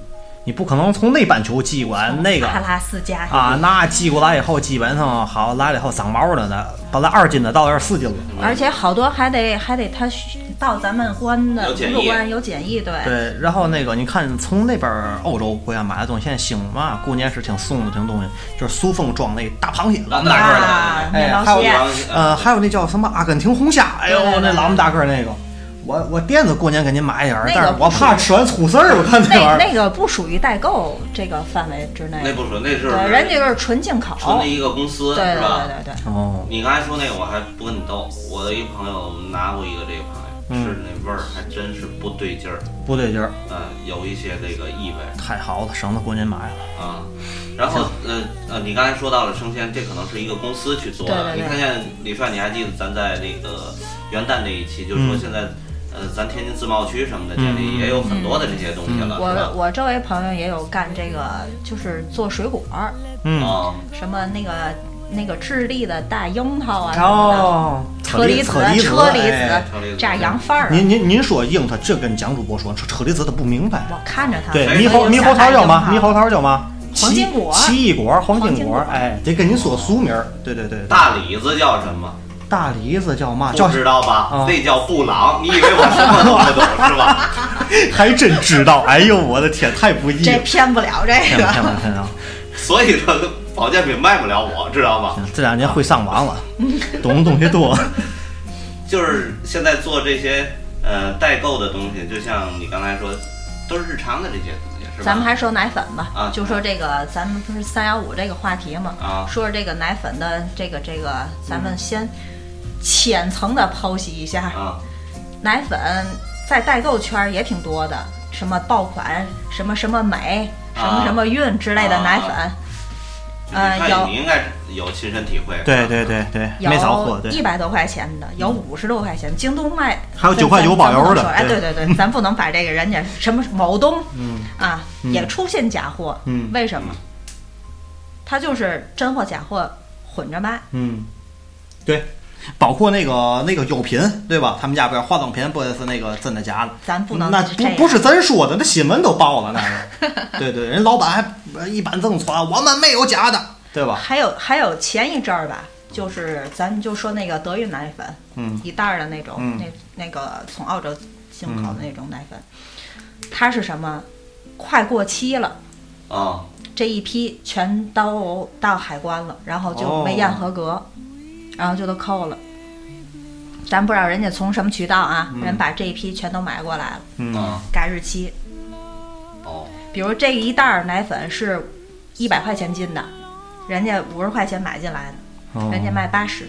[SPEAKER 1] 你不可能从那半球寄过来那个
[SPEAKER 3] 阿拉斯加
[SPEAKER 1] 啊，那寄过来以后基本上好来了以后长毛的呢，本来2斤的到这4斤了，
[SPEAKER 3] 而且好多还得他到咱们关的入关有检疫，对。
[SPEAKER 1] 对，然后那个你看从那边欧洲国家买的东西，现在兴嘛，过年时挺送的挺东西，就是塑封装那大螃蟹，老大个的，哎，还有那叫什么阿根廷红虾，哎呦，那老么大个那个。我垫子过年给您买一点，但是我怕吃完出事儿。我看这玩意儿，
[SPEAKER 3] 那个不属于代购这个范围之内。
[SPEAKER 2] 那不属于，那是
[SPEAKER 3] 对，人家是纯进口，
[SPEAKER 2] 纯的一个公司，
[SPEAKER 3] 对
[SPEAKER 2] 是吧？
[SPEAKER 3] 对。
[SPEAKER 1] 哦，
[SPEAKER 2] 你刚才说那个，我还不跟你斗。我的一个朋友拿过一个这个螃蟹，吃那味儿还真是不对劲儿，
[SPEAKER 1] 不对劲儿。
[SPEAKER 2] 有一些这个异味。
[SPEAKER 1] 太好了，省得过年买了
[SPEAKER 2] 啊。然后你刚才说到了生鲜，这可能是一个公司去做的。你看见李帅，你还记得咱在那个元旦那一期，就是说现在。咱天津自贸区什么的，这里也有很多的这些东西了。
[SPEAKER 3] 我周围朋友也有干这个，就是做水果，什么那个智利的大樱桃啊，
[SPEAKER 1] 哦，
[SPEAKER 3] 车厘子，这样洋范儿。
[SPEAKER 1] 您说樱桃，这跟蒋主播说车厘子他不明白。
[SPEAKER 3] 我看着他。
[SPEAKER 1] 对，猕猴桃叫吗？猕猴桃叫吗？
[SPEAKER 3] 黄金果、
[SPEAKER 1] 奇异果、黄金果，哎，得跟您说俗名。对。
[SPEAKER 2] 大李子叫什么？
[SPEAKER 1] 大梨子叫嘛？
[SPEAKER 2] 不知道吧？那叫布朗。你以为我什么都不懂是吧？
[SPEAKER 1] 还真知道。哎呦，我的天，太不易了。
[SPEAKER 3] 这骗不了这个。
[SPEAKER 1] 骗不了。
[SPEAKER 2] 所以说保健品卖不了我，知道吗？
[SPEAKER 1] 这2年会上网了，懂的东西多。
[SPEAKER 2] 就是现在做这些代购的东西，就像你刚才说，都是日常的这些东西，是吧？
[SPEAKER 3] 咱们还说奶粉吧，就说这个，咱们不是315这个话题嘛？说这个奶粉的这个，咱们先。浅层的剖析一下，奶粉在代购圈也挺多的，什么爆款，什么美，什么韵之类的奶粉，
[SPEAKER 2] 你应该有亲身体会。
[SPEAKER 1] 对，没少喝。
[SPEAKER 3] 有100多块钱的，有50多块钱，京东卖
[SPEAKER 1] 还有9块9包邮的。
[SPEAKER 3] 哎，对，咱不能把这个人家什么某东，也出现假货，为什么？他就是真货假货混着卖，
[SPEAKER 1] 对。包括那个优品，对吧？他们家边化妆品不也是那个真的假的？
[SPEAKER 3] 咱不能
[SPEAKER 1] 那不是咱说的，那新闻都报了那个。对，人老板还一板正传，我们没有假的，对吧？
[SPEAKER 3] 还有前一阵儿吧，就是咱就说那个德运奶粉，一袋的那种，那个从澳洲进口的那种奶粉，它是什么？快过期了这一批全都到海关了，然后就没验合格。然后就都扣了，咱不知道人家从什么渠道人把这一批全都买过来了，改日期。比如这一袋奶粉是100块钱斤的，人家50块钱买进来的，人家卖80。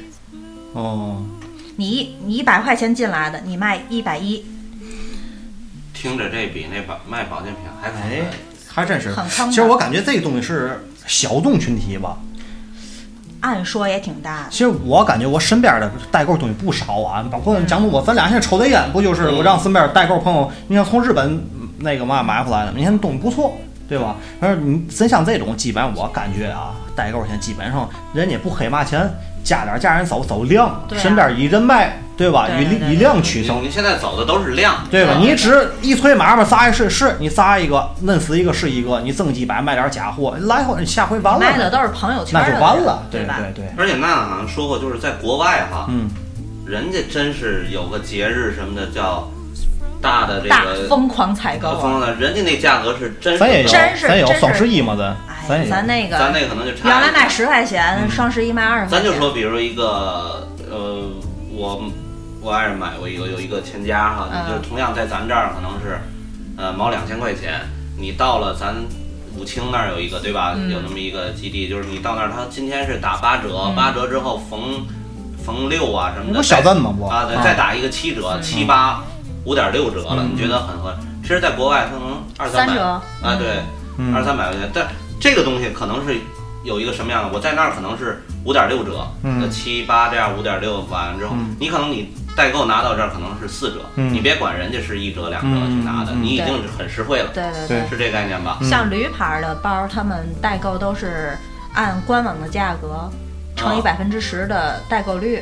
[SPEAKER 3] 你100块钱进来的，你卖110。
[SPEAKER 2] 听着这比那卖保健品还坑人，
[SPEAKER 1] 还真是。
[SPEAKER 3] 很坑。
[SPEAKER 1] 其实我感觉这个东西是小众群体吧。
[SPEAKER 3] 按说也挺大的。
[SPEAKER 1] 其实我感觉我身边的代购东西不少啊，包括讲我咱俩现在抽的烟，不就是我让身边代购朋友，你看从日本那个买回来的，你看东西不错，对吧？但是你真像这种，基本上我感觉代购现在基本上人家不黑嘛钱，加人走量，身边以人脉，对吧？以量取胜。
[SPEAKER 2] 你现在走的都是量，
[SPEAKER 1] 对吧？你只一催买卖撒一是你撒一个弄死一个是一个，你挣几百卖点假货，来回下回完了。
[SPEAKER 3] 卖的都是朋友圈，
[SPEAKER 1] 那就完了，对。
[SPEAKER 2] 而且那好像说过，就是在国外人家真是有个节日什么的叫大的这个
[SPEAKER 3] 疯狂采购，
[SPEAKER 2] 人家那价格是真
[SPEAKER 1] 是咱有双11嘛
[SPEAKER 3] 咱那个
[SPEAKER 2] 可能就差
[SPEAKER 3] 原来卖10块钱，双11卖20块钱。
[SPEAKER 2] 咱就说，比如一个我爱人买过有一个钱夹就是同样在咱这儿可能是毛2000块钱，你到了咱武清那儿有一个，对吧？有那么一个基地，就是你到那儿，他今天是打8折，8折之后逢6啊什么的，
[SPEAKER 1] 不小镇吗？
[SPEAKER 2] 再打一个7折，7、8、5.6折了，你觉得很合适？其实，在国外它能200-300
[SPEAKER 3] 折
[SPEAKER 2] 对，200-300块钱，但这个东西可能是有一个什么样的？我在那儿可能是5.6折，那7、8这样5.6完之后，你可能你代购拿到这儿可能是4折，你别管人家是1折2折去拿的，你已经很实惠了。
[SPEAKER 3] 对，
[SPEAKER 2] 是这概念吧？
[SPEAKER 3] 像驴牌的包，他们代购都是按官网的价格乘以10%的代购率，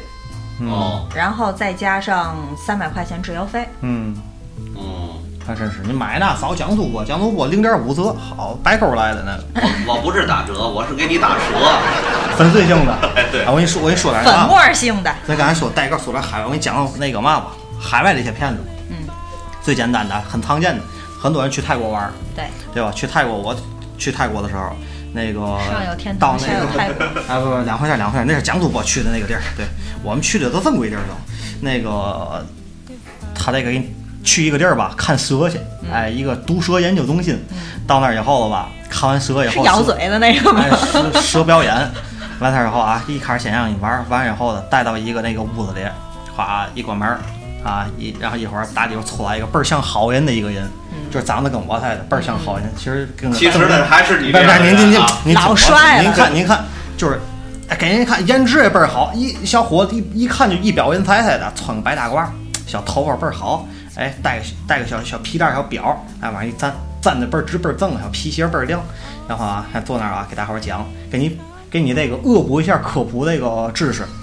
[SPEAKER 1] 还真是，你买那扫江苏波0.5折，好白沟来的那。
[SPEAKER 2] 我不是打折，我是给你打折，
[SPEAKER 1] 粉碎性的。
[SPEAKER 2] 对，
[SPEAKER 1] 我跟你说点
[SPEAKER 3] 粉末性的。
[SPEAKER 1] 咱刚才说代购说点海外，我跟你讲那个嘛吧，海外这些骗子，最简单的，很常见的，很多人去泰国玩，对吧？去泰国，我去泰国的时候，那个
[SPEAKER 3] 上有天堂，下有泰国。
[SPEAKER 1] 不，两回事，那是江苏波去的那个地儿，对我们去的都正规地儿都。那个他这个给你去一个地儿吧，看蛇去，一个毒蛇研究中心，到那儿以后了吧，看完蛇以后，
[SPEAKER 3] 是咬嘴的那个吗？
[SPEAKER 1] 蛇表演，完事儿以后啊，一开始先让你玩，完以后呢，带到一个那个屋子里，哗一关门啊，然后一会儿打里头出来一个倍儿像好人的一个人，就是长得跟我似的，倍儿像好人，其实
[SPEAKER 2] 呢还是你这样
[SPEAKER 1] 您
[SPEAKER 3] 老帅
[SPEAKER 1] 了，您看，就是给人看颜值也倍儿好，小伙子一看就一表人才的，穿个白大褂，小头发倍儿好。带个小皮带小表，往上一站的倍儿直倍儿正，小皮鞋倍儿亮，然后啊，还坐那儿啊，给大伙儿讲，给你这个恶补一下科普这个知识，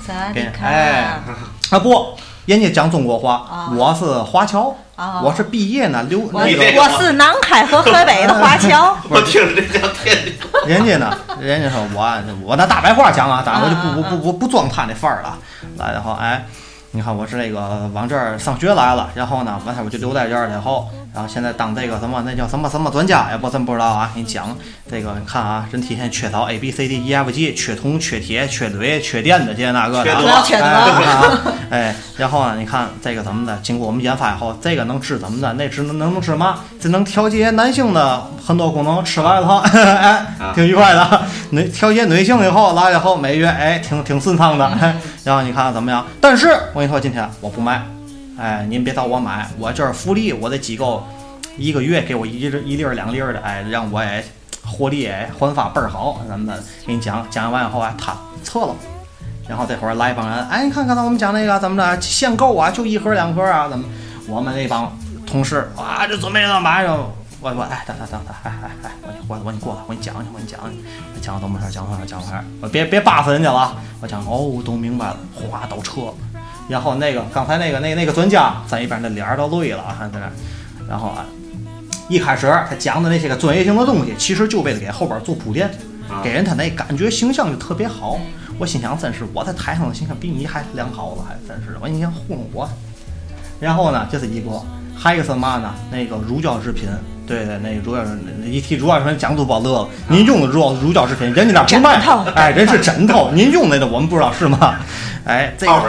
[SPEAKER 1] 不，人家讲中国话，我是华侨，我是毕业呢
[SPEAKER 3] 我是南海和河北的华侨，
[SPEAKER 2] 我听着这叫天津。
[SPEAKER 1] 人家说我那大白话讲啊，当然我就不装他那范儿了，来然后你看我是这个往这儿上学来了，然后呢，完事我就留在这儿以后，然后现在当这个什么那叫什么专家，也真不知道啊。给你讲这个，你看啊，人体现在缺少 A B C D E F G， 缺铜、缺铁、缺铝、缺电的这些那个的，
[SPEAKER 3] 缺德。
[SPEAKER 1] 然后呢，你看这个怎么的，经过我们研发以后，这个能治怎么的，那治能治嘛？这能调节男性的很多功能，吃完了挺愉快的。调节女性以后来以后每月挺顺畅的。然后你看怎么样？但是我跟你说，今天我不卖，您别找我买，我这儿福利，我的机构1个月给我1粒2粒的，让我获利焕发倍儿好，怎么的？给你讲完以后他撤了，然后这会儿来一帮人，你看刚才我们讲那个怎么的限购啊，就1盒2盒啊，怎么？我们那帮同事就准备要买着。我等，我你过来，我给你讲怎么事，讲我别扒死人家了。我讲都明白了，哗都撤了。然后那个刚才那个专家在一边那脸都绿了在那，然后一开始他讲的那些个专业性的东西，其实就为了给后边做铺垫，给人他那感觉形象就特别好。我心想，真是我在台上的形象比你还良好了，还真是我你想糊弄我。然后呢，这是一个，还有一个是嘛呢？那个乳胶制品。对，那个主要是一提乳胶制品，讲都不乐了。您用的乳胶制品，人家那不卖，人是枕头。您用那个我们不知道是吗？这个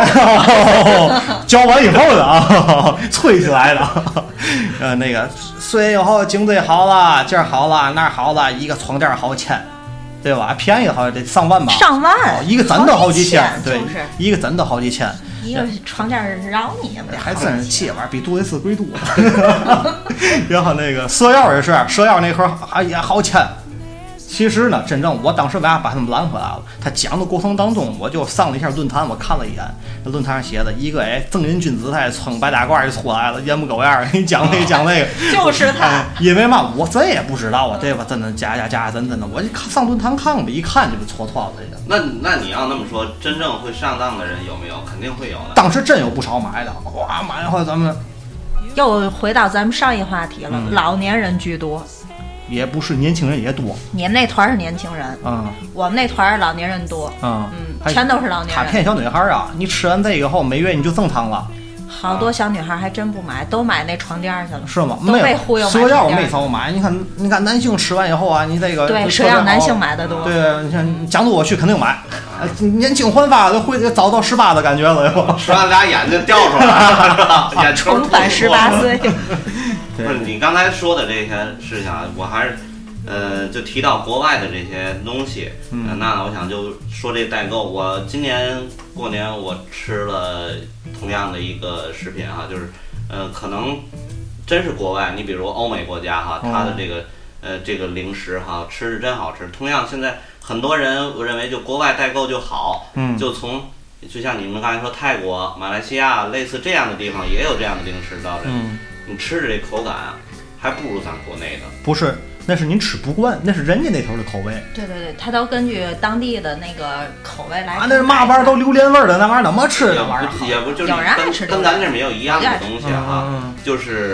[SPEAKER 1] 浇完以后的吹起来的。那个睡以后颈椎好了，这儿好了，那儿好了，一个床垫好1000，对吧？便宜的好像得上万吧？
[SPEAKER 3] 上万，
[SPEAKER 1] 一个枕头好几千，对，
[SPEAKER 3] 就是
[SPEAKER 1] 一个枕头好几千。
[SPEAKER 3] 一个床垫饶你，
[SPEAKER 1] 还真是气玩比杜蕾斯贵多了。然后那个蛇药也是，蛇药那盒也好1000。其实呢，真正我当时为啥把他们拦回来了？他讲的过程当中，我就上了一下论坛，我看了一眼，那论坛上写的一个正人君子，他也穿白大褂就出来了，烟不狗样给你讲那个，
[SPEAKER 3] 就是他。
[SPEAKER 1] 因为嘛，我真也不知道对吧？真的假真的，我就上论坛看吧，一看就戳穿了这个。
[SPEAKER 2] 那你要那么说，真正会上当的人有没有？肯定会有的。
[SPEAKER 1] 当时真有不少买的，哇，买的话咱们
[SPEAKER 3] 又回到咱们上一话题了，老年人居多。
[SPEAKER 1] 也不是，年轻人也多。
[SPEAKER 3] 你们那团是年轻人，我们那团老年人多，全都是老年人。
[SPEAKER 1] 他骗小女孩啊！你吃完这个后，每月你就正常了。
[SPEAKER 3] 好多小女孩还真不买，都买那床垫去了。
[SPEAKER 1] 是吗？
[SPEAKER 3] 都被忽悠买。
[SPEAKER 1] 蛇药我没少买。你看，男性吃完以后啊，你这个
[SPEAKER 3] 对蛇药男性买的多。
[SPEAKER 1] 对，你看江苏我去肯定买。年轻焕发的，会早到18的感觉了又。
[SPEAKER 2] 吃完俩眼睛掉出来了，是吧？眼球
[SPEAKER 3] 重返18岁。
[SPEAKER 2] 不是你刚才说的这些事情啊，我还是就提到国外的这些东西。那我想就说这代购，我今年过年我吃了同样的一个食品哈，就是可能真是国外，你比如欧美国家哈，它的这个零食哈，吃着真好吃。同样现在很多人我认为就国外代购就好，就像你们刚才说泰国、马来西亚类似这样的地方也有这样的零食到这。你吃着这口感啊，还不如咱国内的。不是，
[SPEAKER 1] 那是您吃不惯，那是人家那头的口味。
[SPEAKER 3] 对，他都根据当地的那个口味来。
[SPEAKER 1] 那嘛玩意儿都榴莲味儿的，那玩意儿怎么吃的玩意儿？
[SPEAKER 2] 也不就是
[SPEAKER 3] 有人爱吃
[SPEAKER 2] 跟咱这没有一样的东西哈，就是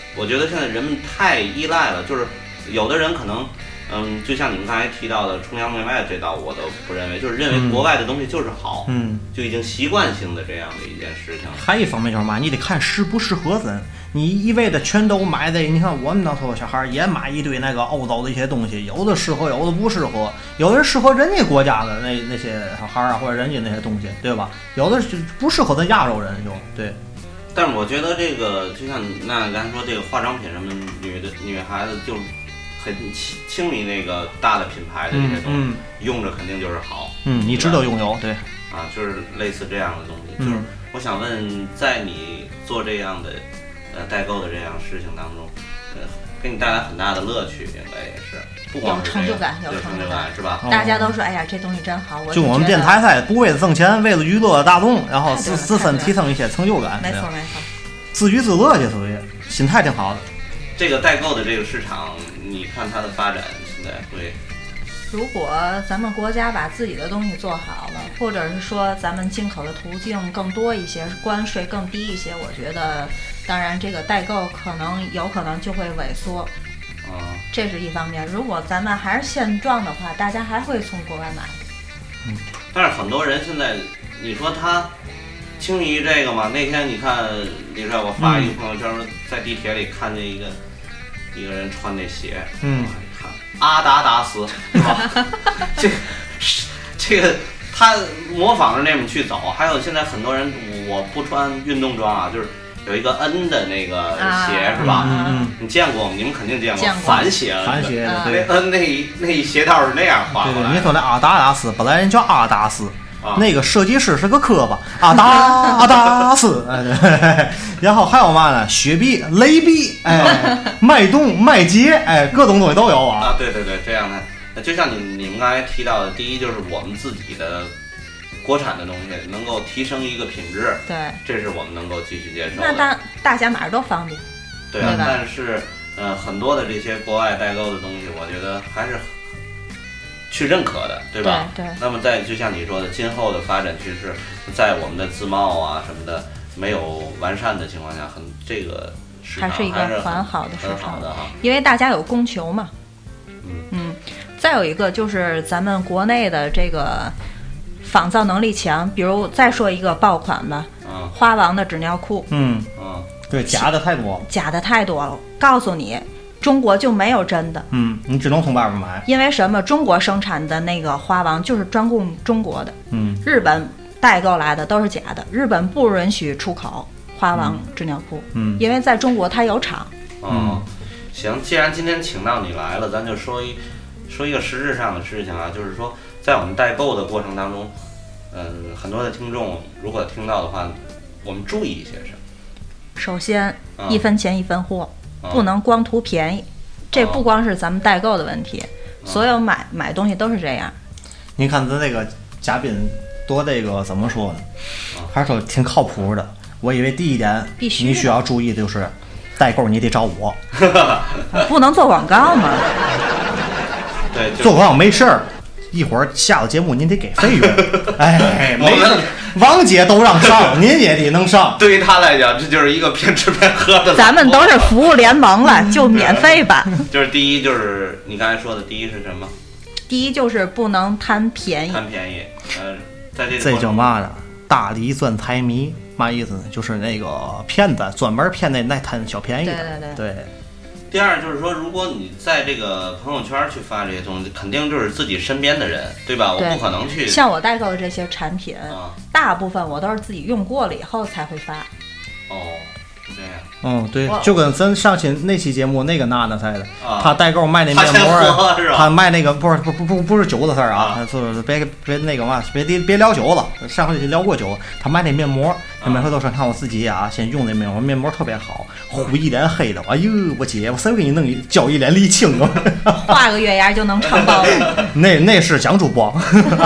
[SPEAKER 2] 我觉得现在人们太依赖了，就是有的人可能，就像你们刚才提到的崇洋媚外这道，我都不认为，就是认为国外的东西就是好，就已经习惯性的这样的一件事情。
[SPEAKER 1] 还一方面就是嘛，你得看适不适合咱。你一味的全都买的，你看我们当初小孩也买一堆那个欧洲的一些东西，有的适合，有的不适合，有的适合人家国家的那些小孩啊，或者人家那些东西，对吧？有的不适合咱亚洲人就对。
[SPEAKER 2] 但是我觉得这个就像那刚才说这个化妆品什么，女孩子就很轻迷那个大的品牌的这些东西，用着肯定就是好。
[SPEAKER 1] 你值得拥有，对。
[SPEAKER 2] 啊，就是类似这样的东西。就是我想问，在你做这样的代购的这样事情当中，给你带来很大的乐趣，应该也是。不光是
[SPEAKER 3] 有成就感，有
[SPEAKER 2] 成就感是吧？
[SPEAKER 3] 大家都说，哎呀，这东西真好。
[SPEAKER 1] 就我们电台赛不为了挣钱，为了娱乐大众，然后自身提升一些成就感。
[SPEAKER 3] 没错。
[SPEAKER 1] 自娱自乐就属于心态挺好的。
[SPEAKER 2] 这个代购的这个市场，你看它的发展现在会？
[SPEAKER 3] 如果咱们国家把自己的东西做好了，或者是说咱们进口的途径更多一些，关税更低一些，我觉得，当然这个代购有可能就会萎缩。这是一方面。如果咱们还是现状的话，大家还会从国外买。
[SPEAKER 2] 但是很多人现在，你说他轻迷这个嘛？那天你看李帅我发一个朋友圈，在地铁里看见一个人穿那鞋，看阿达达斯是吧？这个他模仿着那么去走。还有现在很多人，我不穿运动装啊，就是有一个 N 的那个鞋是吧？你见过吗？你们肯定见过。反鞋，对 N 那一鞋套是那样画的。
[SPEAKER 1] 对，你说那阿达斯本来人叫阿达斯。那个设计师是个磕巴，阿达斯，然后还有嘛呢？雪碧、雷碧，脉动、脉捷，各种东西都有啊。
[SPEAKER 2] 对，这样的，就像你们刚才提到的，第一就是我们自己的国产的东西能够提升一个品质，
[SPEAKER 3] 对，
[SPEAKER 2] 这是我们能够继续接受的。
[SPEAKER 3] 那大家买都方便，
[SPEAKER 2] 对啊。但是很多的这些国外代购的东西，我觉得还是去认可的，对吧？
[SPEAKER 3] 对。
[SPEAKER 2] 那么就像你说的，今后的发展趋势，在我们的自贸啊什么的没有完善的情况下，这个市场
[SPEAKER 3] 还是一个很好的市场
[SPEAKER 2] 的哈。
[SPEAKER 3] 因为大家有供求嘛。再有一个就是咱们国内的这个仿造能力强，比如再说一个爆款的，花王的纸尿裤。
[SPEAKER 1] 对，假的太多了。告诉你。中国就没有真的， 你只能从外边买。
[SPEAKER 3] 因为什么？中国生产的那个花王就是专供中国的，日本代购来的都是假的，日本不允许出口花王纸尿裤，因为在中国它有厂。
[SPEAKER 2] 行，既然今天请到你来了，咱就说一个实质上的事情啊，就是说在我们代购的过程当中，很多的听众如果听到的话，我们注意一些什么？
[SPEAKER 3] 首先，一分钱一分货。不能光图便宜，这不光是咱们代购的问题，所有买东西都是这样。
[SPEAKER 1] 您看咱这个嘉宾多这个怎么说呢？还是说挺靠谱的。我以为第一点你需要注意的就是代购你得找我，
[SPEAKER 3] 不能做广告嘛。
[SPEAKER 2] 对，
[SPEAKER 1] 做广告没事儿。一会儿下了节目您得给费用，没事，王姐都让上，您也得能上。
[SPEAKER 2] 对于他来讲，这就是一个边吃边喝的。
[SPEAKER 3] 咱们都是服务联盟了，就免费吧。
[SPEAKER 2] 就是第一，就是你刚才说的，第一是什么？
[SPEAKER 3] 第一就是不能贪便宜。
[SPEAKER 2] 在
[SPEAKER 1] 这叫嘛呢？大理钻财迷，嘛意思呢？就是那个骗子专门骗那贪小便宜的。对。
[SPEAKER 2] 第二就是说，如果你在这个朋友圈去发这些东西，肯定就是自己身边的人，对吧？我不可能去。
[SPEAKER 3] 像我代购的这些产品，大部分我都是自己用过了以后才会发。
[SPEAKER 2] 是这样。
[SPEAKER 1] 对，就跟咱上期那期节目那个娜娜似的，他代购卖那面膜，他卖那个不是酒的事儿啊，就是别那个嘛，别聊酒了，上回聊过酒，他卖那面膜，他每回都说看我自己啊，先用那面膜特别好，糊一脸黑的，哎呦我姐，我谁给你弄浇一脸沥青啊？
[SPEAKER 3] 画个月牙就能承包了。
[SPEAKER 1] 那是蒋主播。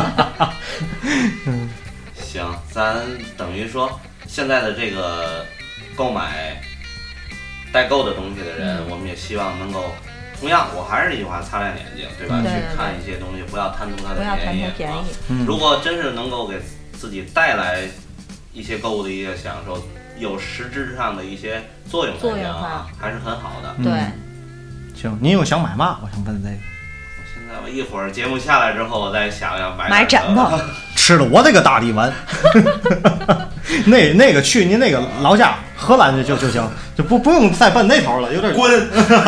[SPEAKER 2] 行，咱等于说现在的这个购买代购的东西的人，我们也希望能够同样，我还是那句话，擦亮眼睛，对吧？去看一些东西，不要贪图它的便宜。如果真是能够给自己带来一些购物的一些享受， 有实质上的一些作用来讲啊，还是很好的。
[SPEAKER 3] 对，
[SPEAKER 1] 行，您又想买嘛？我想问这个。
[SPEAKER 2] 现在我一会儿节目下来之后，我再想要
[SPEAKER 3] 买枕头，
[SPEAKER 1] 吃了我这个大力丸。那个去您那个老家荷兰就行，就不用再奔那头了，有点
[SPEAKER 2] 滚。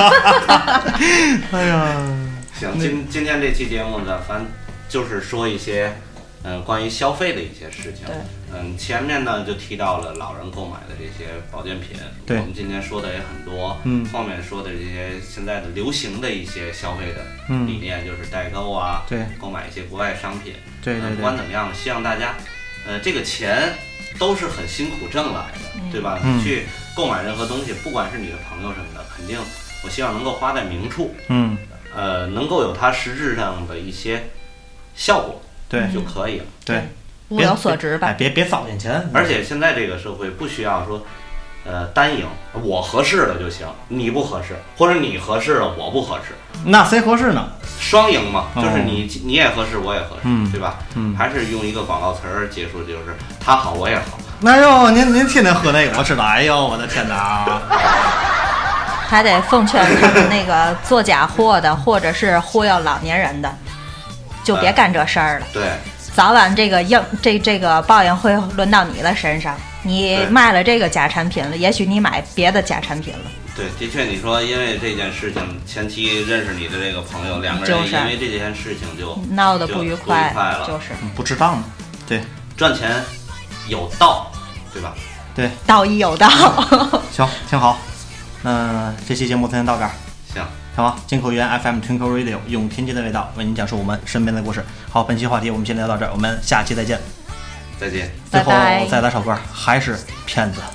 [SPEAKER 1] 哎呀，
[SPEAKER 2] 行，今天这期节目呢，反正就是说一些关于消费的一些事情。前面呢就提到了老人购买的这些保健品，
[SPEAKER 1] 对，
[SPEAKER 2] 我们今天说的也很多。后面说的这些现在的流行的一些消费的理念，就是代购啊，
[SPEAKER 1] 对，
[SPEAKER 2] 购买一些国外商品。
[SPEAKER 1] 对。
[SPEAKER 2] 不管怎么样，希望大家，这个钱都是很辛苦挣来的，对吧？你去购买任何东西，不管是你的朋友什么的，肯定我希望能够花在明处，能够有它实质上的一些效果，
[SPEAKER 1] 对
[SPEAKER 2] 就可以了，
[SPEAKER 1] 对，
[SPEAKER 3] 物有所值吧，
[SPEAKER 1] 别糟践钱。
[SPEAKER 2] 而且现在这个社会不需要说，单赢，我合适了就行，你不合适，或者你合适了我不合适，
[SPEAKER 1] 那谁合适呢？
[SPEAKER 2] 双赢嘛，就是你也合适，我也合适，对吧？还是用一个广告词儿结束，就是他好我也好。
[SPEAKER 1] 哎呦，您天天喝那个，我知道。哎呦，我的天哪！
[SPEAKER 3] 还得奉劝他们那个做假货的，或者是忽悠老年人的，就别干这事儿了。
[SPEAKER 2] 对，
[SPEAKER 3] 早晚这个报应会轮到你的身上。你卖了这个假产品了，也许你买别的假产品了。
[SPEAKER 2] 对，的确，你说因为这件事情，前期认识你的这个朋友，两个人因为这件事情就
[SPEAKER 3] 闹得不愉快
[SPEAKER 2] 了，
[SPEAKER 3] 就是
[SPEAKER 1] 不值当的。对，
[SPEAKER 2] 赚钱有道，对吧？
[SPEAKER 1] 对，
[SPEAKER 3] 道义有道。
[SPEAKER 1] 行，挺好。这期节目先到这儿。
[SPEAKER 2] 行，
[SPEAKER 1] 好，金口源 FM Twinkle Radio 用天津的味道为您讲述我们身边的故事。好，本期话题我们先聊到这儿，我们下期再见。
[SPEAKER 2] 再见。
[SPEAKER 1] 最后再来首歌，还是骗子。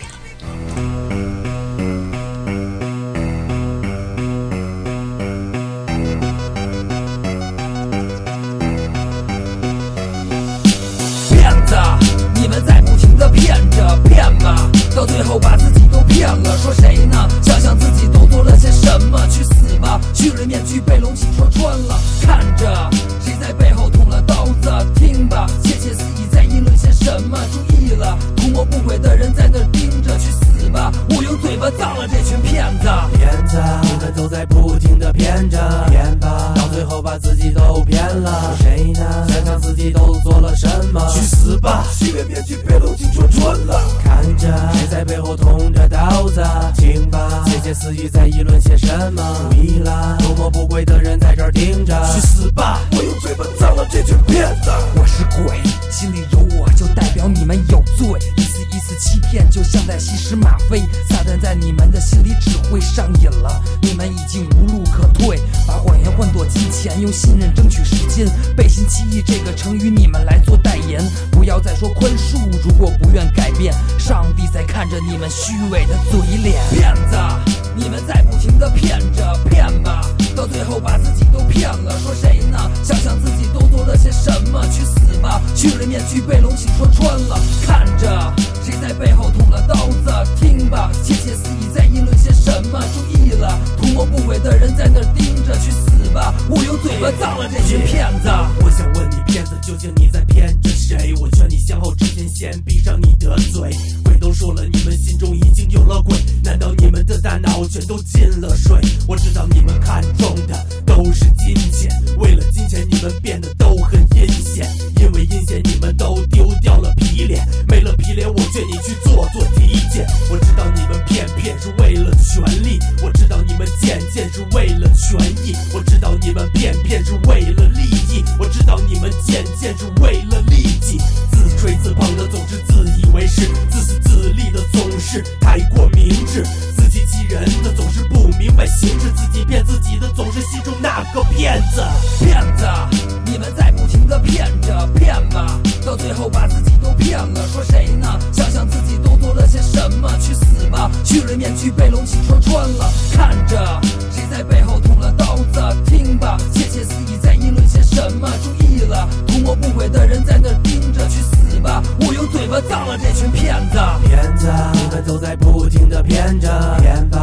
[SPEAKER 6] 骗子，你们在不停地骗着骗吧，到最后把自己都骗了。说谁呢？想想自己都做了些什么，去死吧！虚伪面具被龙起戳穿了，看着谁在背后捅了刀子，听吧，窃窃私语在议论些什么。注意了，图谋不轨的人在那盯着，去死吧！我用嘴巴脏了这群骗子。骗子，你们都在不停地骗着骗吧，到最后把自己都骗了。说谁呢？想想自己都做了什么，去死吧！虚伪面具被龙起戳穿了，看着谁在背后捅着刀子，听吧，窃窃私语在议论些什么。注意了，图谋不轨的人在这儿盯着，去死吧！我用嘴巴脏了这群骗子。我是鬼，心里有我就代表你们有罪，一次一次欺骗就像在吸食吗啡，撒旦在你们的心里只会上瘾了，你们已经无路可退，把谎言换作金钱，用信任争取时间，背信弃义这个成语你们来做代言，不要再说宽恕，如果不愿改变，上帝在看着你们虚伪的嘴脸。骗子，你们在不停地骗着骗吧，到最后把自己都骗了。说谁呢？想想自己都做了些什么，去死吧！虚伪面具被龙起戳穿了，看着谁在背后捅了刀子，听吧，窃窃私语在议论些什么。注意了，图谋不轨的人在那盯着，去死吧！我用嘴巴脏了这群骗子。我想问你，骗子，究竟你在骗着谁？我劝你向后直前先闭上你的嘴。鬼都说了，你们心中已经有了鬼，难道你们的大脑全都进了水？我知道你们看重的都是金钱，为了金钱你们变得都很阴险，因为阴险你们都丢掉了皮脸，没了皮脸我劝你去做体检。我知道你们骗是为了权利，我知道你们贱是为了权益，我知道你们骗是为了利益，我知道你们贱是为了利己，自吹自捧的总是自以为是，自私自利的总是太过明智，自欺欺人的总是不明白形势，自己骗自己的总是心中那个骗子。骗子，你们在不停地骗着骗吧，到最后把自己都骗了。说谁呢？想想自己都做了些什么，去死吧！虚伪面具被龙起戳穿了，看着谁在背后捅了刀子，听吧，窃窃私语在议论些什么。注意了，图谋不轨的人在那盯着，去死吧！我用嘴巴脏了这群骗子。骗子，你们都在不停地骗着骗吧，到最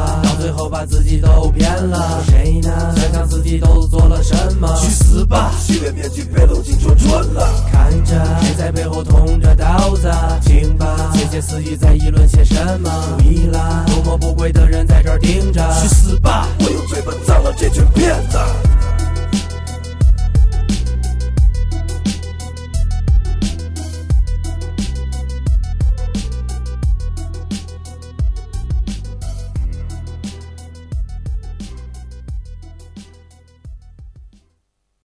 [SPEAKER 6] 最后把自己都骗了。谁呢？想想自己都做了什么？去死吧！虚伪面具被搂进戳穿了。看着谁在背后捅着刀子？听吧，窃窃私语在议论些什么？注意了，多么不轨的人在这儿盯着。去死吧！我用嘴巴脏了这群骗子。